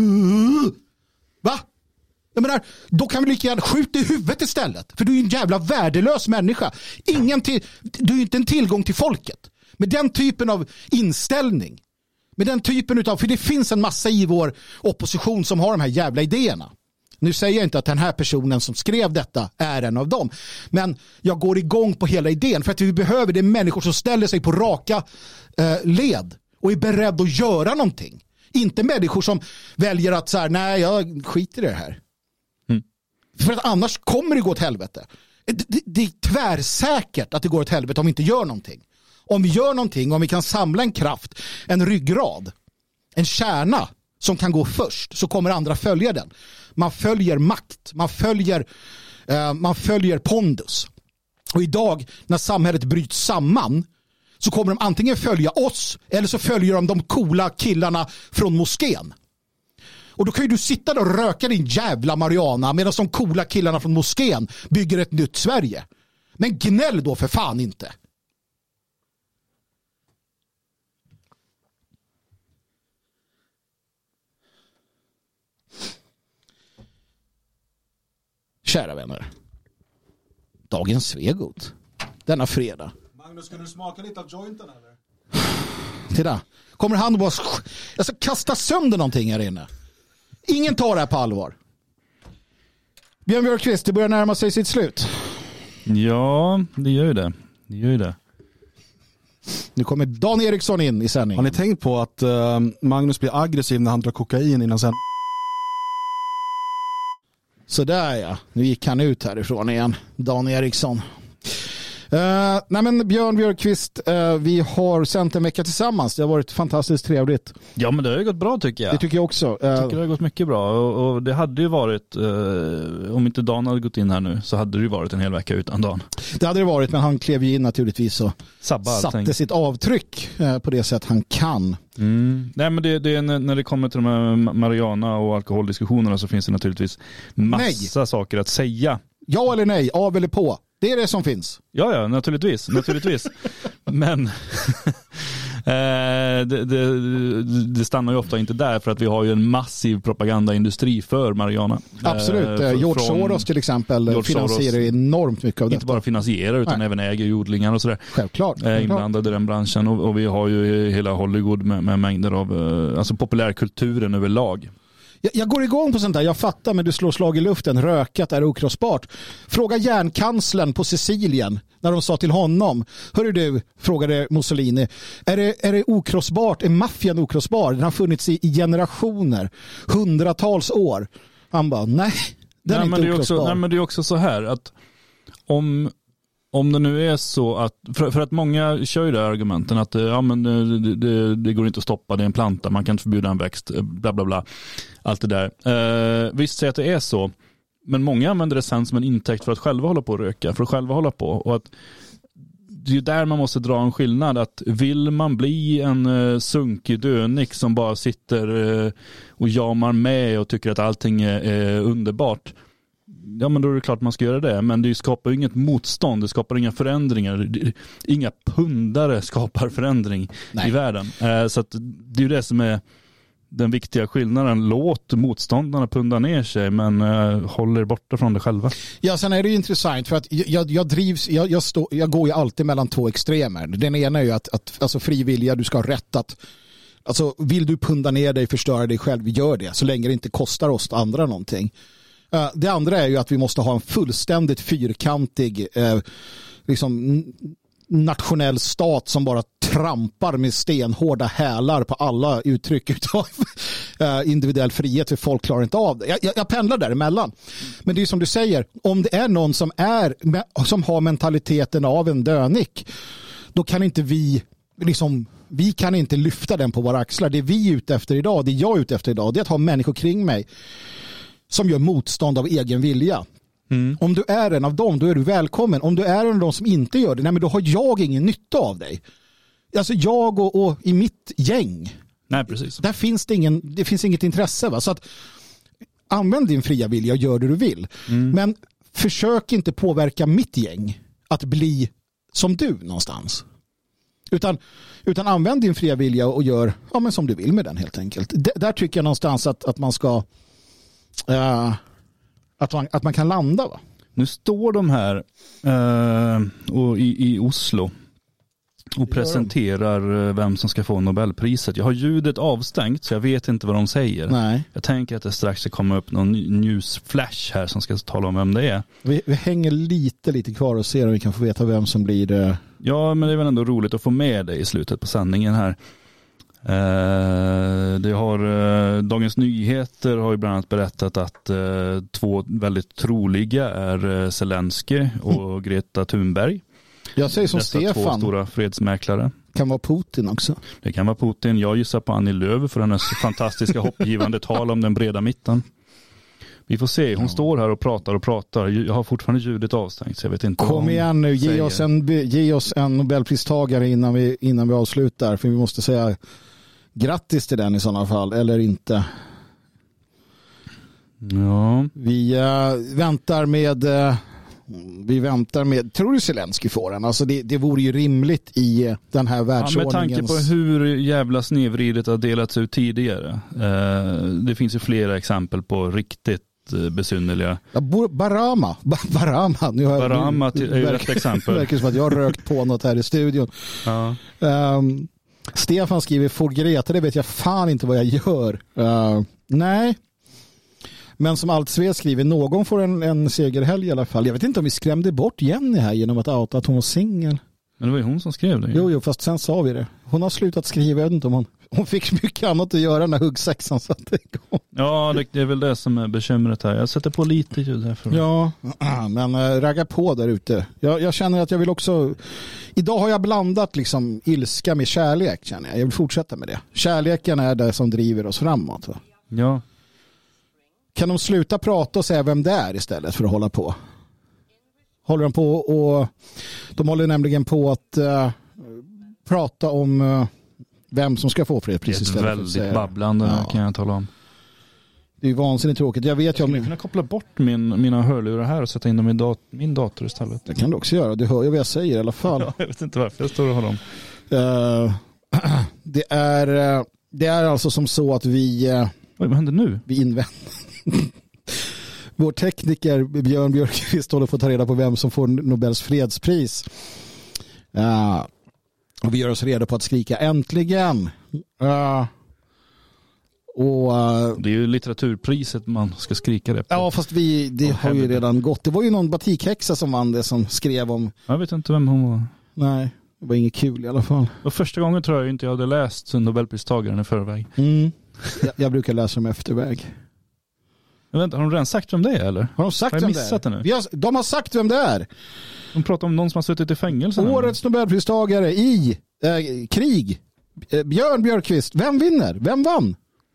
Va? Jag menar, då kan vi lika gärna skjuta i huvudet istället. För du är en jävla värdelös människa. Du är inte en tillgång till folket. Med den typen av inställning. Med den typen av, för det finns en massa i vår opposition som har de här jävla idéerna. Nu säger jag inte att den här personen som skrev detta är en av dem. Men jag går igång på hela idén. För att vi behöver det människor som ställer sig på raka led. Och är beredda att göra någonting. Inte människor som väljer att så här, nej, jag skiter i det här. För att annars kommer det gå åt helvete. Det är tvärsäkert att det går åt helvete om vi inte gör någonting. Om vi gör någonting, om vi kan samla en kraft, en ryggrad, en kärna som kan gå först, så kommer andra följa den. Man följer makt, man följer pondus. Och idag när samhället bryts samman så kommer de antingen följa oss eller så följer de coola killarna från moskén. Och då kan ju du sitta där och röka din jävla marijuana medan de coola killarna från moskén bygger ett nytt Sverige. Men gnäll då för fan inte. Kära vänner. Dagens Svegot. Denna fredag. Magnus, ska du smaka lite av jointen eller? Titta. Kommer han och bara... Jag ska kasta sönder någonting här inne. Ingen tar det här på allvar. Björn Björkqvist, det börjar närma sig sitt slut. Ja, det gör ju det. Nu kommer Dan Eriksson in i sändning. Har ni tänkt på att Magnus blir aggressiv när han drar kokain innan sen? Sådär ja, nu gick han ut härifrån igen, Dan Eriksson. Nej men Björn Björkqvist, vi har sänt en vecka tillsammans. Det har varit fantastiskt trevligt. Ja, men det har ju gått bra tycker jag. Det tycker jag också. Jag tycker det har gått mycket bra och det hade ju varit, om inte Dan hade gått in här nu så hade det ju varit en hel vecka utan Dan. Det hade det varit, men han klev ju in naturligtvis och satte sitt avtryck på det sätt han kan. Nej, men det är när det kommer till de här marijuana och alkoholdiskussionerna så finns det naturligtvis massa saker att säga. Ja eller nej, av eller på. Det är det som finns. Ja, naturligtvis. Men det stannar ju ofta inte där för att vi har ju en massiv propagandaindustri för marijuana. Absolut. George Soros till exempel finansierar enormt mycket av detta. Inte bara finansierar utan även äger odlingar och sådär. Självklart. Inblandade i den branschen och vi har ju hela Hollywood med mängder av alltså populärkulturen överlag. Jag går igång på sånt där. Jag fattar, men du slår slag i luften. Rökat är okrossbart. Fråga järnkanslern på Sicilien när de sa till honom. Hörru du, frågade Mussolini. Är det okrossbart? Är maffian okrossbar? Den har funnits i generationer. Hundratals år. Han bara, nej. Den är inte okrossbar. Men det är också så här att om om det nu är så att, för att många kör ju det här argumenten att det går inte att stoppa, det är en planta, man kan inte förbjuda en växt, bla bla bla, allt det där. Visst säger att det är så, men många använder det sen som en intäkt för att själva hålla på och röka, för att själva hålla på, och att det är ju där man måste dra en skillnad, att vill man bli en sunkig dönik som bara sitter och jamar med och tycker att allting är underbart, ja, men då är det klart man ska göra det, men det skapar inget motstånd, det skapar inga förändringar, inga pundare skapar förändring i världen. Så att det är ju det som är den viktiga skillnaden. Låt motståndarna punda ner sig, men håller borta från det själva. Ja, sen är det ju intressant för att jag går ju alltid mellan två extremer. Den ena är ju att alltså frivilliga, du ska ha rätt att, alltså vill du punda ner dig, förstöra dig själv, gör det, så länge det inte kostar oss andra någonting. Det andra är ju att vi måste ha en fullständigt fyrkantig liksom nationell stat som bara trampar med stenhårda hälar på alla uttryck utav individuell frihet, för folk klarar inte av det. Jag pendlar däremellan. Men det är som du säger, om det är någon som har mentaliteten av en dönik, då kan inte vi kan inte lyfta den på våra axlar. Det vi är ute efter idag, det jag är ute efter idag, det är att ha människor kring mig som gör motstånd av egen vilja. Om du är en av dem, då är du välkommen. Om du är en av dem som inte gör det, nej, men då har jag ingen nytta av dig. Alltså jag och i mitt gäng. Nej, precis. Där finns det finns inget intresse. Va? Så att använd din fria vilja och gör det du vill. Men försök inte påverka mitt gäng att bli som du någonstans. Utan använd din fria vilja och gör men som du vill med den, helt enkelt. Där tycker jag någonstans att man ska att man kan landa. Va? Nu står de här i Oslo och presenterar vem som ska få Nobelpriset. Jag har ljudet avstängt så jag vet inte vad de säger. Nej. Jag tänker att det strax ska komma upp någon newsflash här som ska tala om vem det är. Vi hänger lite kvar och ser om vi kan få veta vem som blir det. Ja, men det är väl ändå roligt att få med det i slutet på sändningen här. Det har Dagens Nyheter har ju bland annat berättat att två väldigt troliga är Zelensky och Greta Thunberg. Jag säger som dessa Stefan. Två stora fredsmäklare. Kan vara Putin också. Det kan vara Putin. Jag gissar på Annie Lööf för hennes fantastiska hoppgivande tal om den breda mitten. Vi får se. Hon står här och pratar. Jag har fortfarande ljudet avstängt så jag vet inte. Kom igen nu. Ge oss en Nobelpristagare innan vi avslutar. För vi måste säga grattis till den i sådana fall. Eller inte. Ja. Vi väntar med tror du Zelensky får den? Alltså det vore ju rimligt i den här världsordningens... med tanke på hur jävla snedvridet har delats ut tidigare. Det finns ju flera exempel på riktigt besynnerliga. Ja, Barama. Nu har Barama är ju ett exempel. Det verkar som att jag har rökt på något här i studion. Ja. Stefan skriver, får Greta, det vet jag fan inte vad jag gör. Nej. Men som Altsved skriver, någon får en segerhelg i alla fall. Jag vet inte om vi skrämde bort Jenny här genom att outa att hon var singel. Men det var ju hon som skrev det. Jo, fast sen sa vi det. Hon har slutat skriva, jag vet inte om hon fick mycket annat att göra när huggsexan satte igång. Ja, det är väl det som är bekymret här. Jag sätter på lite ljud här för Ja, men ragga på där ute. Jag känner att jag vill också... Idag har jag blandat liksom ilska med kärlek, känner jag. Jag vill fortsätta med det. Kärleken är det som driver oss framåt. Va? Ja. Kan de sluta prata och säga vem det är istället för att hålla på? Håller de på och de håller nämligen på att prata om vem som ska få fredspris istället. Det är väldigt babblande kan jag tala om. Det är ju vansinnigt tråkigt. Jag skulle kunna koppla bort mina hörlurar här och sätta in dem i min dator istället. Det kan du också göra. Du hör ju vad jag säger i alla fall. Ja, jag vet inte varför jag står och har dem. Det är alltså som så att vi... Vad händer nu? Vi invänder. Vår tekniker Björn Björkqvist håller på att ta reda på vem som får Nobels fredspris. Och vi gör oss redo på att skrika äntligen. Det är ju litteraturpriset man ska skrika det på. Ja, fast det har ju redan gått. Det var ju någon batikhäxa som vann det, som skrev om... Jag vet inte vem hon var. Nej, det var inget kul i alla fall. Och första gången tror jag inte jag hade läst Nobelpristagaren i förväg. Jag brukar läsa dem efterväg. Jag vet inte, har de redan sagt vem det är eller? Har de sagt har jag vem missat det är? Det nu? De har sagt vem det är. De pratar om någon som har suttit i fängelse. Årets Nobelpristagare i krig. Björn Björkqvist. Vem vinner? Vem vann?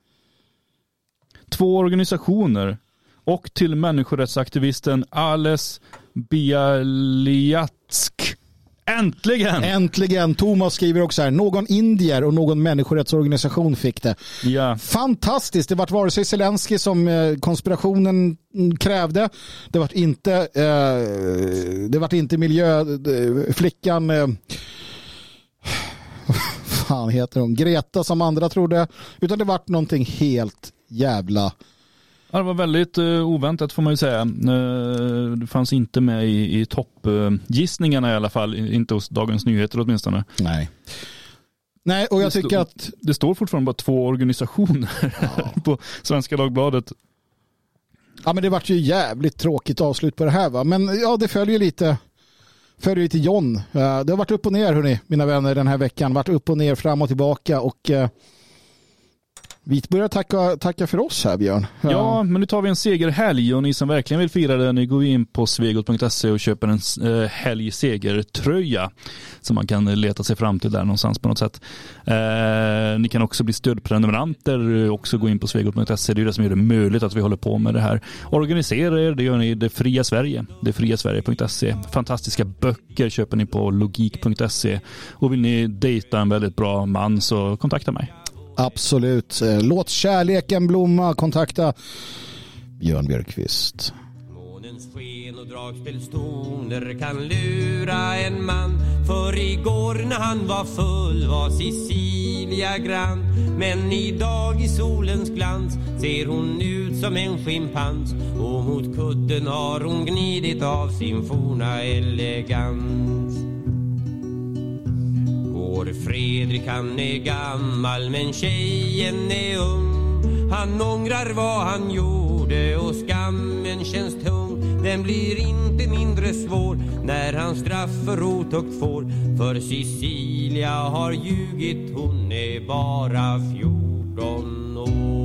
2 organisationer och till människorättsaktivisten Ales Bialyatsky. Äntligen! Äntligen. Thomas skriver också här. Någon indier och någon människorättsorganisation fick det. Ja. Fantastiskt. Det var vare sig Zelensky som konspirationen krävde. Det var inte miljöflickan fan heter hon? Greta som andra trodde. Utan det var någonting helt jävla... Ja, det var väldigt oväntat får man ju säga. Det fanns inte med i toppgissningarna i alla fall. Inte hos Dagens Nyheter åtminstone. Nej, och jag tycker att... Det står fortfarande bara 2 organisationer på Svenska Dagbladet. Ja, men det var ju jävligt tråkigt avslut på det här va. Men ja, det följer lite John. Det har varit upp och ner hörni, mina vänner, den här veckan. Varit upp och ner, fram och tillbaka och... Vi börjar tacka för oss här, Björn. Ja, men nu tar vi en segerhelg och ni som verkligen vill fira det, ni går in på svegot.se och köper en helgsegertröja som man kan leta sig fram till där någonstans på något sätt. Ni kan också bli stödprenumeranter, också gå in på svegot.se. Det är det som gör det möjligt att vi håller på med det här. Organisera er, det gör ni i Det Fria Sverige. detfriasverige.se. Fantastiska böcker köper ni på logik.se. Och vill ni dejta en väldigt bra man så kontakta mig. Absolut. Låt kärleken blomma. Kontakta Björn Björkqvist. Månens sken och dragspelstoner kan lura en man. För igår när han var full var Cecilia grann. Men idag i solens glans ser hon ut som en schimpans. Och mot kudden har hon gnidit av sin forna elegans. Vår Fredrik han är gammal men tjejen är ung. Han ångrar vad han gjorde och skammen känns tung. Den blir inte mindre svår när han straff för otukt får. För Cecilia har ljugit, hon är bara 14 år.